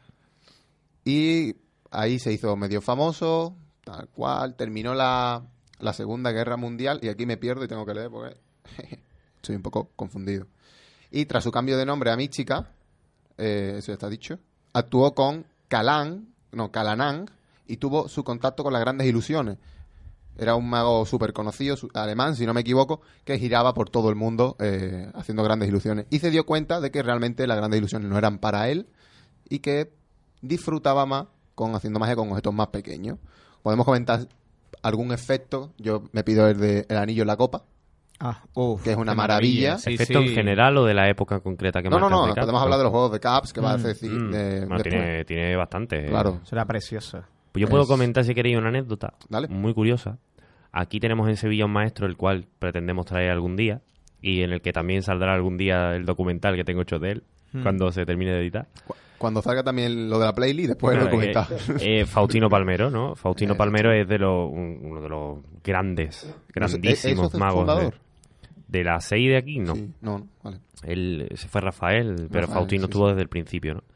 Y ahí se hizo medio famoso, tal cual. Terminó la, la Segunda Guerra Mundial. Y aquí me pierdo y tengo que leer porque estoy un poco confundido. Y tras su cambio de nombre a Mística, eh, eso ya está dicho, actuó con Calan, no, Calanang, y tuvo su contacto con las grandes ilusiones. Era un mago súper conocido, su- alemán, si no me equivoco, que giraba por todo el mundo eh, haciendo grandes ilusiones. Y se dio cuenta de que realmente las grandes ilusiones no eran para él y que disfrutaba más con haciendo magia con objetos más pequeños. Podemos comentar algún efecto. Yo me pido el de el anillo en la copa, Ah, uf, que es una qué maravilla. Sí, ¿Efecto sí. en general o de la época concreta que No, no, marcas no, de Caps? podemos hablar de los juegos de Caps, que va a decir Mm. de- Bueno, después. tiene, tiene bastante. Claro. Será precioso. Pues yo puedo Es- comentar, si queréis, una anécdota Dale. muy curiosa. Aquí tenemos en Sevilla un maestro, el cual pretendemos traer algún día, y en el que también saldrá algún día el documental que tengo hecho de él, Hmm. cuando se termine de editar. Cu- Cuando salga también lo de la playlist, después Claro, lo comentamos. eh, eh, Faustino Palmero, ¿no? Faustino Eh, Palmero es de los, un- uno de los grandes, ¿eso grandísimos es el magos de, fundador? de la seis de aquí, no. Sí, no, no, vale. Él, ese fue Rafael, pero Rafael, Faustino sí, estuvo sí. desde el principio, ¿no?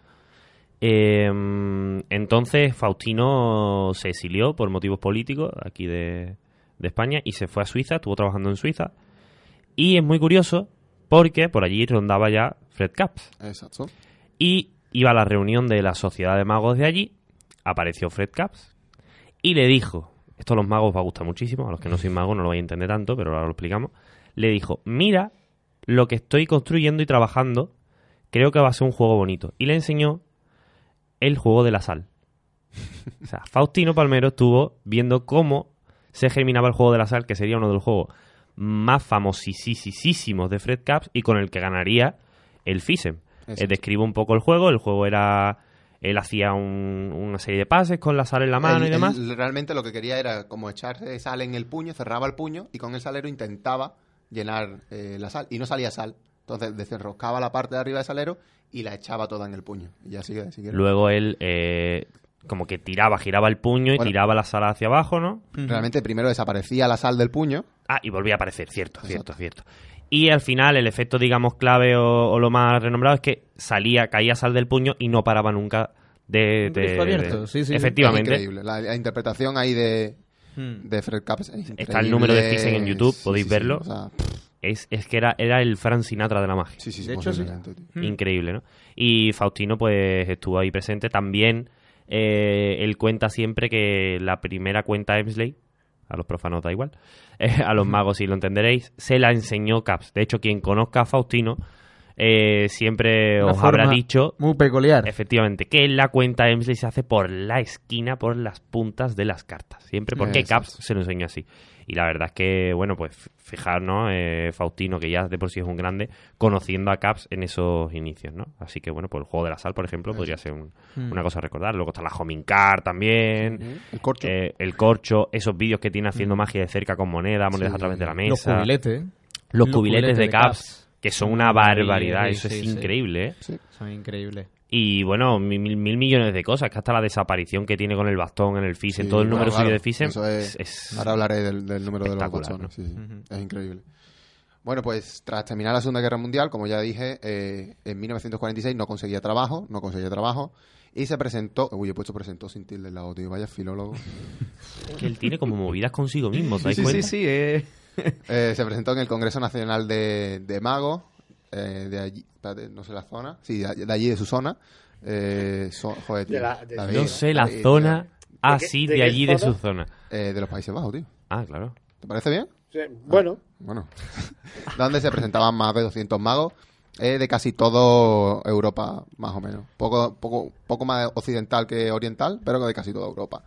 Eh, entonces Faustino se exilió por motivos políticos aquí de, de España y se fue a Suiza, estuvo trabajando en Suiza. Y es muy curioso porque por allí rondaba ya Fred Caps. Exacto. Y iba a la reunión de la Sociedad de Magos de allí, apareció Fred Caps y le dijo, esto a los magos os va a gustar muchísimo, a los que no sois magos no lo vais a entender tanto, pero ahora lo explicamos, le dijo, mira lo que estoy construyendo y trabajando, creo que va a ser un juego bonito. Y le enseñó el juego de la sal. O sea, Faustino Palmero estuvo viendo cómo se germinaba el juego de la sal, que sería uno de los juegos más famosísimos de Fred Caps y con el que ganaría el FISEM. Exacto. Eh, describo un poco el juego. El juego era... Él hacía un- una serie de pases con la sal en la mano Él- y demás. él realmente lo que quería era como echarse sal en el puño, cerraba el puño y con el salero intentaba llenar eh, la sal y no salía sal. Entonces desenroscaba la parte de arriba del salero y la echaba toda en el puño. Y ya sigue, sigue. Luego él eh, como que tiraba, giraba el puño y Bueno. tiraba la sal hacia abajo, ¿no? Realmente primero desaparecía la sal del puño. Ah, y volvía a aparecer, cierto, Exacto. cierto, cierto. Y al final el efecto, digamos, clave o, o lo más renombrado es que salía, caía sal del puño y no paraba nunca de... Un de- grifo abierto, de- sí, sí, sí. Efectivamente. Es increíble. La, la interpretación ahí de, Hmm. de Fred Caps es increíble. Está el número de Thyssen en YouTube, Sí, podéis sí, sí. verlo. O sea, Es, es que era, era el Frank Sinatra de la magia. sí, sí, sí, De hecho, sí. posiblemente, tío. Hmm. Increíble, ¿no? Y Faustino, pues, estuvo ahí presente. También eh, él cuenta siempre que la primera cuenta Emsley, a los profanos da igual, eh, a los magos sí lo entenderéis, se la enseñó Caps. De hecho, quien conozca a Faustino eh, siempre Una os habrá forma dicho... muy peculiar. Efectivamente, que la cuenta Emslie se hace por la esquina, por las puntas de las cartas. Siempre porque Exacto. Caps se lo enseña así. Y la verdad es que, bueno, pues fijar, ¿no? Eh, Faustino, que ya de por sí es un grande, conociendo a Caps en esos inicios, ¿no? Así que, bueno, pues el juego de la sal, por ejemplo, Eso. podría ser un- Mm. una cosa a recordar. Luego está la Homing Card también. Ujú. El corcho. Eh, el corcho, esos vídeos que tiene haciendo magia de cerca con moneda, monedas Sí. a través de la Los mesa. cubiletes. Los cubiletes de Caps, que son una Maravilla, barbaridad. sí, Eso sí, es sí. increíble, ¿eh? Sí. Son increíbles. Y bueno, mil, mil- mil millones de cosas, que hasta la desaparición que tiene con el bastón en el Fisen, Sí, todo el claro, número suyo claro. de Fisen, Eso es- es- Ahora hablaré del, del número de los espectacular, bastones. ¿no? Sí, sí. Ujú. Es increíble. Bueno, pues tras terminar la Segunda Guerra Mundial, como ya dije, eh, en mil novecientos cuarenta y seis no conseguía trabajo, no conseguía trabajo, y se presentó... Uy, he puesto presentó sin tilde al lado, tío, vaya filólogo. que él tiene como movidas consigo mismo, ¿te dais Sí, sí, cuenta? sí, eh. Eh, se presentó en el Congreso Nacional de, de Magos, eh, de allí, espérate, no sé la zona, sí, de, de allí de su zona. Eh, so- joder, tío, De la- de- David, No sé la David, zona tío. así de de, qué allí de zona? su zona. Eh, de los Países Bajos, tío. Ah, claro. ¿Te parece bien? Sí, bueno, Bueno, donde se presentaban más de doscientos magos eh, de casi todo Europa, más o menos. Poco, poco, poco más occidental que oriental, pero de casi toda Europa.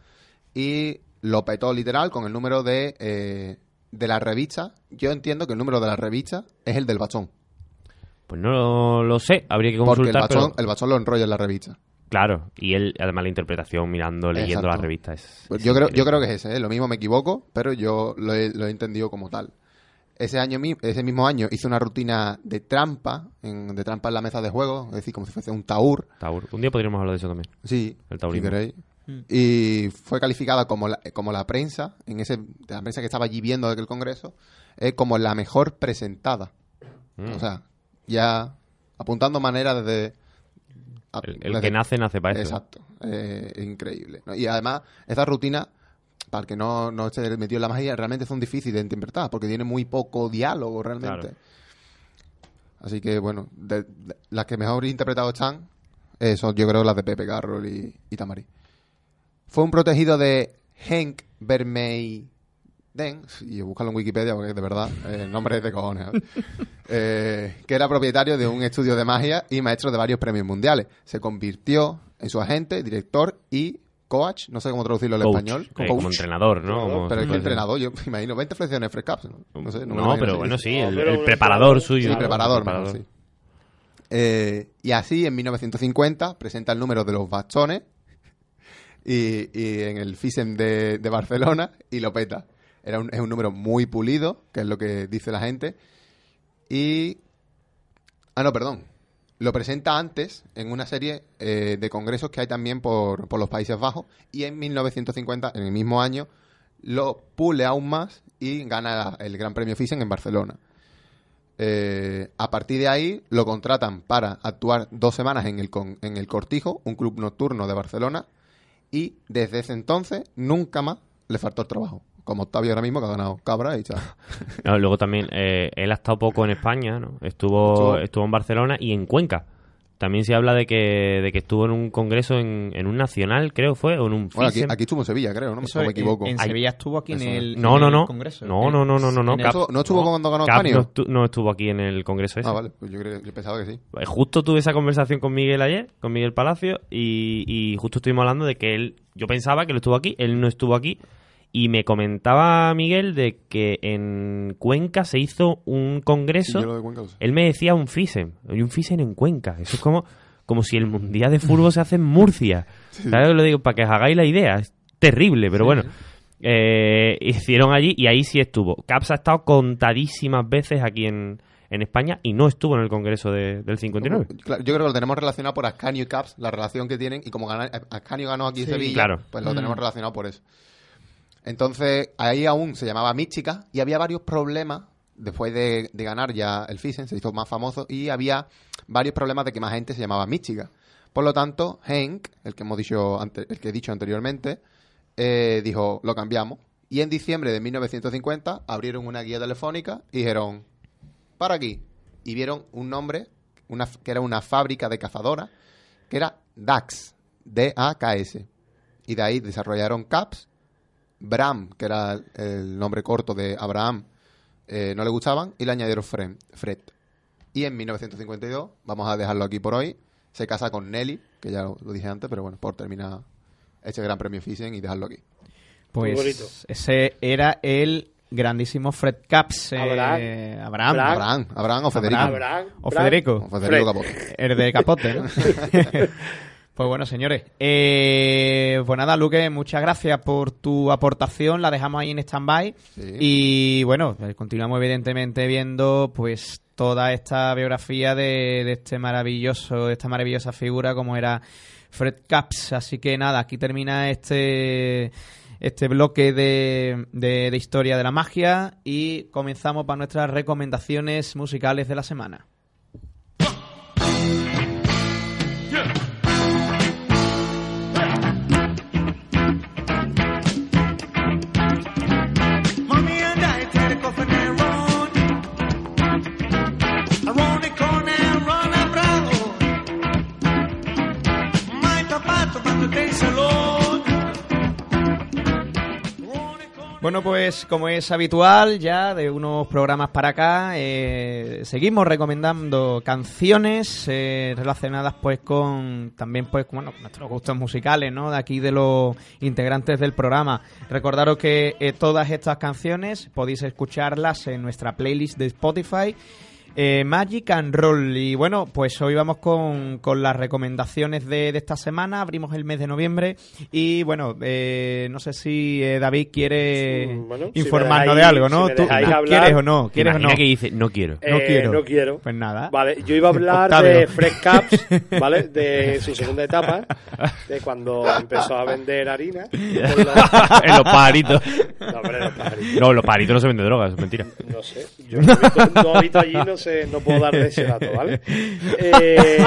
Y lo petó literal con el número de, eh, de la revista. Yo entiendo que el número de la revista es el del bachón. Pues no lo, lo sé, habría que Porque el consultar, bachón, pero- el bachón lo enrolla en la revista. Claro, y él, además la interpretación, mirando, leyendo Exacto. la revista es... Pues es yo creo, yo increíble. creo que es ese, ¿eh? Lo mismo me equivoco, pero yo lo he, lo he entendido como tal. Ese año mi- ese mismo año hice una rutina de trampa, en- de trampa en la mesa de juego, es decir, como si fuese un taur. Taur. Un día podríamos hablar de eso también. Sí, El si taurismo. queréis. Mm. Y fue calificada como la, como la prensa, en ese, de la prensa que estaba allí viendo aquel congreso, eh, como la mejor presentada. Mm. O sea, ya apuntando maneras desde... a- El, el desde- que nace, nace para eso. Exacto, eh, es increíble, ¿no? Y además, esa rutina, para el que no, no esté metido en la magia, realmente son difíciles de interpretar, porque tiene muy poco diálogo realmente. Claro. Así que, bueno, de- de- las que mejor interpretado están, eh, son yo creo las de Pepe Carroll y, y Tamari. Fue un protegido de Henk Vermeyden, y búscalo en Wikipedia porque de verdad eh, el nombre es de cojones, ¿eh? Eh, que era propietario de un estudio de magia y maestro de varios premios mundiales. Se convirtió en su agente, director y coach, no sé cómo traducirlo al Coach, español. eh, como entrenador, ¿no? Como- Pero es que sí. entrenador, yo me imagino veinte flexiones fresh caps, ¿no? No sé, no me lo No, imagino pero así. bueno, sí, No, el, pero el un preparador entrenador, suyo. Sí, preparador, el mejor, sí. Eh, y así, en mil novecientos cincuenta, presenta el número de los bastones y, y en el FISEM de, de Barcelona y lo peta. Era un, es un número muy pulido, que es lo que dice la gente. Y... Ah, no, perdón. Lo presenta antes en una serie eh, de congresos que hay también por, por los Países Bajos. Y en mil novecientos cincuenta, en el mismo año, lo pule aún más y gana el Gran Premio FISEM en Barcelona. Eh, a partir de ahí lo contratan para actuar dos semanas en el, con- en el Cortijo, un club nocturno de Barcelona, y desde ese entonces nunca más le faltó el trabajo. Como Octavio ahora mismo, que ha ganado cabra y chao. No, luego también, eh, él ha estado poco en España, ¿no? Estuvo, Estuvo- estuvo en Barcelona y en Cuenca. También se habla de que, de que estuvo en un congreso en, en un nacional, creo fue, o en un Bueno, aquí, FISEM. aquí estuvo en Sevilla, creo, ¿no? Eso No me en- equivoco. En, Ay, Sevilla estuvo aquí en eso el, es. No, en no, el no. Congreso. No, En- no, no, no, no, no. en el- ¿No estuvo, no estuvo cuando ganó Cap Espanio? no, estu- no estuvo aquí en el congreso ese. Ah, vale, pues yo, creo, yo pensaba que sí. Eh, Justo tuve esa conversación con Miguel ayer, con Miguel Palacio, y, y justo estuvimos hablando de que él, yo pensaba que él estuvo aquí, él no estuvo aquí, y me comentaba Miguel de que en Cuenca se hizo un congreso, Sí, yo lo de Cuenca lo sé. él me decía un FISEM, y un FISEM en Cuenca, eso es como, como si el Mundial de Fútbol se hace en Murcia, ¿sabes lo que lo digo? Para que os hagáis la idea, es terrible, pero Sí. bueno. Eh, hicieron allí y ahí sí estuvo. Caps ha estado contadísimas veces aquí en, en España y no estuvo en el congreso de- del cincuenta y nueve. Claro, yo creo que lo tenemos relacionado por Ascanio y Caps, la relación que tienen, y como gana, Ascanio ganó aquí en Sí, Sevilla, claro. pues lo Mm. tenemos relacionado por eso. Entonces, ahí aún se llamaba Mística y había varios problemas. Después de, de ganar ya el FISEM, se hizo más famoso y había varios problemas de que más gente se llamaba Mística. Por lo tanto, Henk, el que hemos dicho ante- el que he dicho anteriormente, eh, dijo, lo cambiamos. Y en diciembre de mil novecientos cincuenta abrieron una guía telefónica y dijeron, para aquí. Y vieron un nombre, una, que era una fábrica de cazadoras, que era Dax, D A K S. Y de ahí desarrollaron Caps. Bram, que era el nombre corto de Abraham, eh, no le gustaban y le añadieron Fred. Fred. Y en mil novecientos cincuenta y dos, vamos a dejarlo aquí por hoy, se casa con Nelly, que ya lo, lo dije antes, pero bueno, por terminar este Gran Premio Thyssen y dejarlo aquí. Pues ese era el grandísimo Fred Capps. Eh, Abraham. Abraham. Abraham. Abraham o Federico. Abraham. O Federico. O Federico Capote. El de Capote, ¿no? Pues bueno, señores. Eh, pues nada, Luque, muchas gracias por tu aportación. La dejamos ahí en stand-by. Sí. Y bueno, continuamos evidentemente viendo pues toda esta biografía de, de este maravilloso, de esta maravillosa figura como era Fred Capps. Así que nada, aquí termina este... este bloque de, de, de historia de la magia y comenzamos para nuestras recomendaciones musicales de la semana. Bueno, pues como es habitual ya de unos programas para acá, eh, seguimos recomendando canciones eh, relacionadas pues con también pues bueno, con nuestros gustos musicales, ¿no? De aquí de los integrantes del programa. Recordaros que eh, todas estas canciones podéis escucharlas en nuestra playlist de Spotify. Eh, Magic and Roll. Y bueno, pues hoy vamos con, con las recomendaciones de, de esta semana. Abrimos el mes de noviembre y bueno, eh, no sé si eh, David quiere sí, bueno, informarnos si dejáis, de algo, ¿no? Si ¿Tú hablar, quieres o no? ¿Quieres o no? que dice, no quiero. Eh, no quiero. No quiero. Pues nada. Vale, yo iba a hablar Octavio. de Fred Capps, ¿vale? De su segunda etapa, de cuando empezó a vender harina. En los pajaritos. No, hombre, en los pajaritos. No, los pajaritos no se venden drogas, es mentira. No sé, yo no habito, no habito allí, no sé, no puedo dar de ese dato, ¿vale? Eh,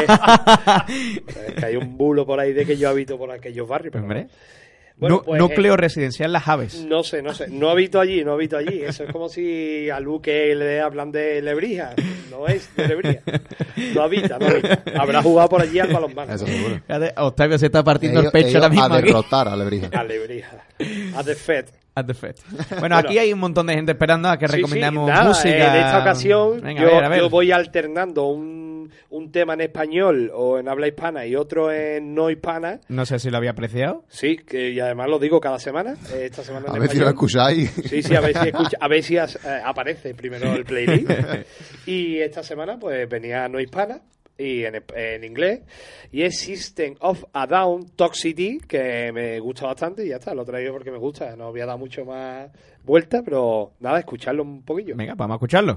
es que hay un bulo por ahí de que yo habito por aquellos barrios. Pero Hombre. Bueno, Nu- pues, núcleo eh, residencial Las Aves. No sé, no sé. No habito allí, no habito allí. Eso es como si a Luque le hablan de Lebrija. No es de Lebrija. No habita, no habita. Habrá jugado por allí al balonmano. Eso seguro. Fíjate, Octavio se está partiendo Ellos- el pecho ellos ahora mismo a aquí. derrotar a Lebrija. A Lebrija. A The Fed. At the Fed. Bueno, aquí hay un montón de gente esperando a que Sí, recomendamos sí, nada, música. en esta ocasión Venga, yo, a ver, a ver. yo voy alternando un, un tema en español o en habla hispana y otro en no hispana. No sé si lo había apreciado. Sí, que y además lo digo cada semana. Eh, esta semana en A ver si lo español. escucháis. Sí, sí, a ver si, escucha, a ver si as- eh, aparece primero el playlist. Y esta semana pues venía no hispana y en, en inglés y es System of a Down Toxicity, que me gusta bastante y ya está, lo traigo porque me gusta, no había dado mucho más vuelta, pero nada, escucharlo un poquillo. Venga, vamos a escucharlo.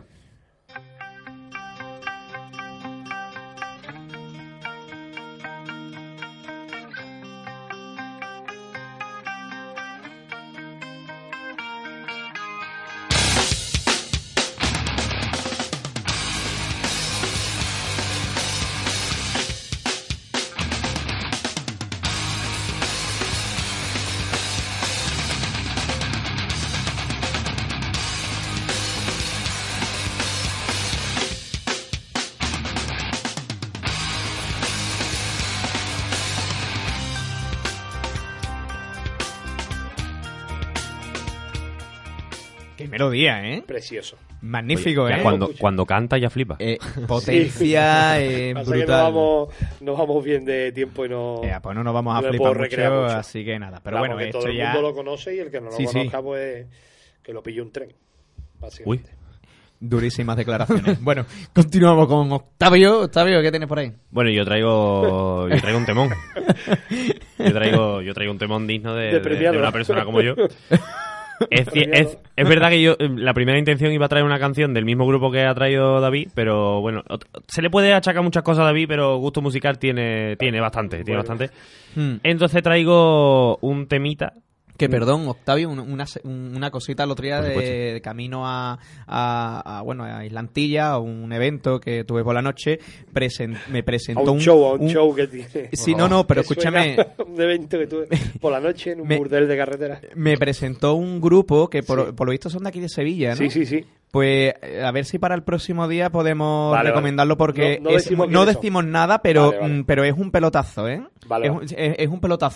Qué melodía, ¿eh? Precioso. Magnífico, Oye, ya ¿eh? Cuando, cuando canta ya flipa. Eh, potencia eh, Pasa que brutal. nos vamos, nos vamos bien de tiempo y no, Eh, pues no nos vamos a no me flipar puedo recrear mucho, mucho. así que nada. Pero Vamos, bueno, que esto todo el ya... mundo lo conoce y el que no lo Sí, sí. conozca pues que lo pille un tren, básicamente. Uy. Durísimas declaraciones. Bueno, continuamos con Octavio. Octavio, ¿qué tienes por ahí? Bueno, yo traigo yo traigo un temón. Yo traigo yo traigo un temón digno de, De de- premiado. de una persona como yo. Es, ci- es, es verdad que yo eh, la primera intención iba a traer una canción del mismo grupo que ha traído David, pero bueno, ot- se le puede achacar muchas cosas a David, pero gusto musical tiene tiene bastante, tiene Bueno. bastante. Hmm. Entonces traigo un temita. Que perdón, Octavio, un- una, se- un- una cosita el otro día Por de, supuesto. de camino a, a, a, bueno, a Islantilla, a un evento que tuve por la noche, presen- me A presentó un, show, a un, show que tiene. Sí, no, no, pero ¿Te escúchame. suena un evento que tuve por la noche en un Me- burdel de carretera. Me presentó un grupo que por, Sí. por lo visto son de aquí de Sevilla, ¿no? Sí, sí, sí. Pues eh, a ver si para el próximo día podemos Vale, recomendarlo vale. porque No- no es- decimos no quiénes decimos nada, pero, Vale, vale. mm, pero es un pelotazo, ¿eh? Vale, es, vale. un- es- es un pelotazo.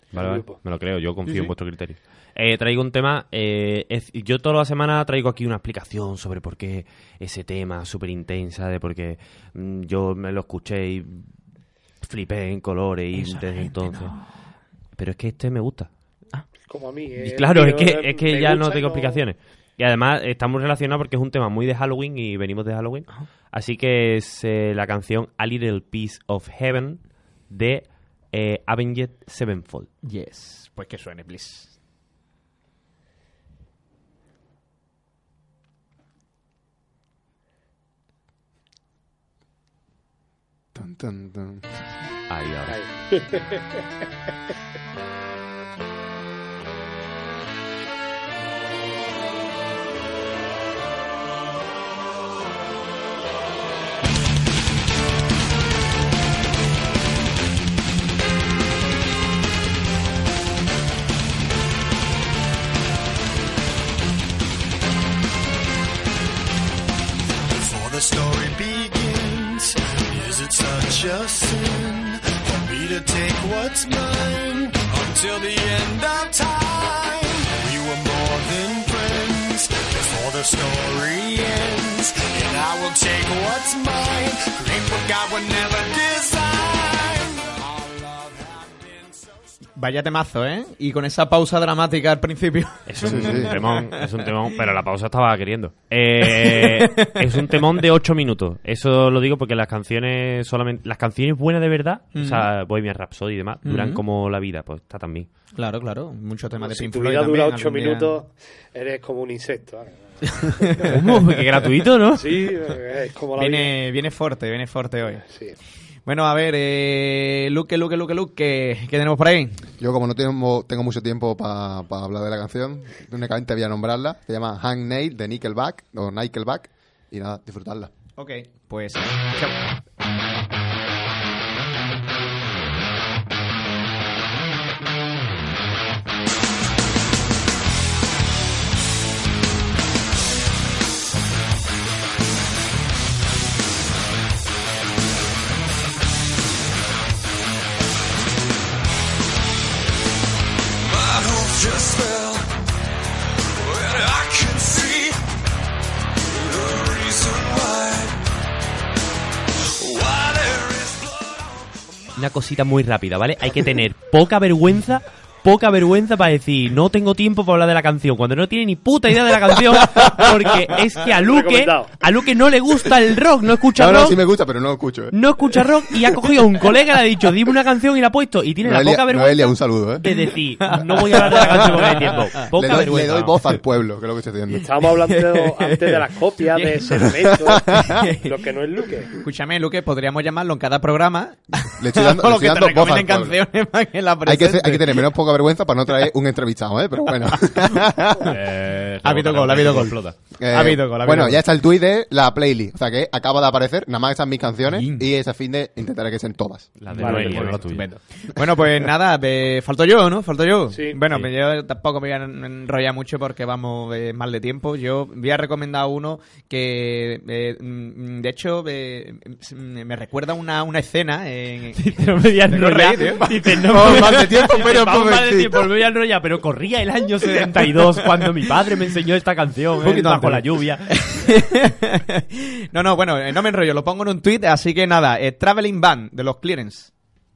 Vale, vale, me lo creo, yo confío sí, sí. en vuestro criterio. Eh, traigo un tema, eh, es, yo toda la semana traigo aquí una explicación sobre por qué ese tema súper intensa, de por qué mmm, yo me lo escuché y flipé en colores y Esa desde entonces. No. Pero es que este me gusta. Ah. Como a mí. Eh, claro, es que, es que ya no tengo no... explicaciones. Y además estamos relacionados porque es un tema muy de Halloween y venimos de Halloween. Uh-huh. Así que es eh, la canción A Little Piece of Heaven de eh, Avenged Sevenfold. Yes, pues que suene, please. Dun, dun, dun. Ahí, ahora. Ahí. Before the story begins, is it such a sin for me to take what's mine until the end of time? We were more than friends before the story ends, and I will take what's mine, claim what God would never design. Vaya temazo, ¿eh? Y con esa pausa dramática al principio. Es un, sí, sí. temón, es un temón, pero la pausa estaba queriendo. Eh, es un temón de ocho minutos. Eso lo digo porque las canciones solamente, las canciones buenas de verdad, mm. o sea, Bohemian Rhapsody y demás, mm. duran como la vida, pues está también. Claro, claro, muchos temas de si Pink tu Floyd vida también. dura ocho minutos, eres como un insecto. ¿eh? ¿Cómo? Porque gratuito, ¿no? Sí, es como la viene, vida. Viene fuerte, viene fuerte hoy. Sí. Bueno, a ver, eh, Luque, Luque, Luque, Luque, ¿qué, ¿qué tenemos por ahí? Yo, como no tengo, tengo mucho tiempo para pa hablar de la canción, únicamente voy a nombrarla. Se llama Hang Nail de Nickelback, o Nickelback, y nada, disfrutarla. Ok, pues chao. Just fell when I can see the reason why. Why there is blood. Una cosita muy rápida, ¿vale? Hay que tener poca vergüenza, poca vergüenza para decir no tengo tiempo para hablar de la canción, cuando no tiene ni puta idea de la canción, porque es que a Luque, a Luque no le gusta el rock, no escucha no, rock. No, sí me gusta, pero no lo escucho, ¿eh? No escucha rock y ha cogido a un colega, le ha dicho dime una canción y la ha puesto y tiene Noelia, la poca vergüenza Noelia, un saludo, ¿eh? de decir no voy a hablar de la canción porque hay tiempo. Poca le, doy, vergüenza. le doy voz al pueblo, que es lo que estoy diciendo. Estábamos hablando antes de las copias, de segmentos, lo que no es Luque. Escúchame, Luque, podríamos llamarlo en cada programa. Le estoy dando, le estoy dando voz al canciones para que la hay que, hay que tener menos poca vergüenza para no traer un entrevistado, ¿eh? Pero bueno. eh, ha habido gol, ha habido gol. Eh, ha habido gol, ha bueno, gol. ya está el tuit de la playlist. O sea que acaba de aparecer, nada más están mis canciones Bien. Y ese fin de intentaré que sean todas. La de vale, Noelia, no la tuya. Bueno, pues nada, eh, falto yo, ¿no? Falto yo. Sí, bueno, sí. Pues yo tampoco me voy a enrollar mucho porque vamos eh, mal de tiempo. Yo voy a recomendar uno que, eh, de hecho, eh, me recuerda una, una escena en... Pero me voy a enrollar. Dices, no, vamos mal de tiempo, pero vamos mal de tiempo, me voy a enrollar, pero corría el año setenta y dos cuando mi padre me enseñó esta canción, eh, bajo antes. La lluvia. no, no, bueno, eh, no me enrollo, lo pongo en un tweet, así que nada, eh, Traveling Band de los Clearance.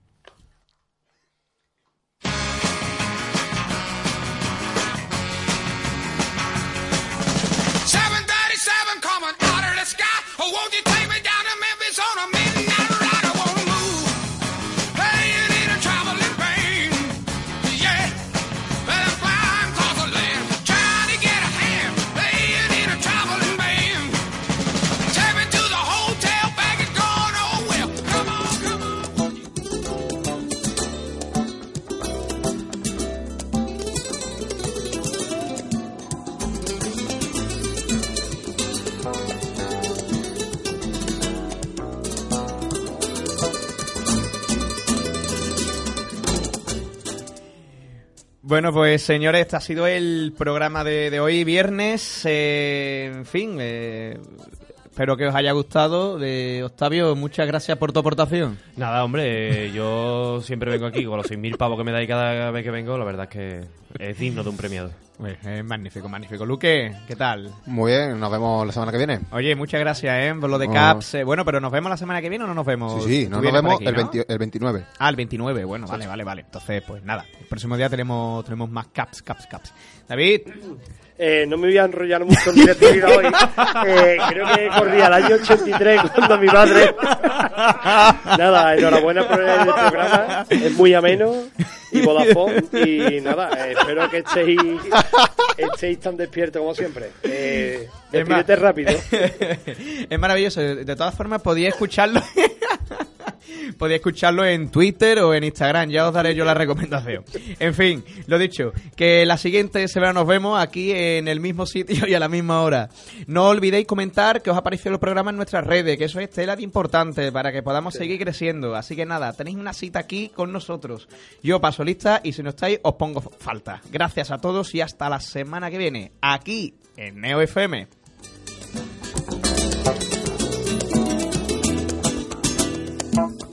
Bueno, pues señores, este ha sido el programa de, de hoy, viernes. Eh, en fin, eh, espero que os haya gustado. De Octavio, muchas gracias por tu aportación. Nada, hombre, eh, yo siempre vengo aquí con los seis mil pavos que me dais cada vez que vengo. La verdad es que es digno de un premiado. Pues, eh, magnífico, magnífico. Luque, ¿qué tal? Muy bien, nos vemos la semana que viene. Oye, muchas gracias, ¿eh? Por lo de Oh. Caps. Eh, bueno, pero ¿nos vemos la semana que viene o no nos vemos? Sí, sí, Tú nos, nos vienes por vemos aquí, el, ¿no? veinte el veintinueve. Ah, el veintinueve, bueno, Sí, vale, sí. vale, vale. Entonces, pues nada, el próximo día tenemos, tenemos más Caps, Caps, Caps. David. Eh, no me voy a enrollar mucho en mi despedida hoy. Eh, creo que corría el año ochenta y tres cuando mi padre... Nada, enhorabuena por el programa. Es muy ameno y Vodafone. Y nada, eh, espero que estéis, estéis tan despiertos como siempre. Eh, despídete rápido. Es maravilloso. De, de todas formas, podía escucharlo... Podéis escucharlo en Twitter o en Instagram, ya os daré yo la recomendación. En fin, lo dicho, que la siguiente semana nos vemos aquí en el mismo sitio y a la misma hora. No olvidéis comentar que os ha parecido el programa en nuestras redes, que eso es tela de importante para que podamos seguir creciendo. Así que nada, tenéis una cita aquí con nosotros. Yo paso lista y si no estáis os pongo falta. Gracias a todos y hasta la semana que viene, aquí en Neo F M. Thank you.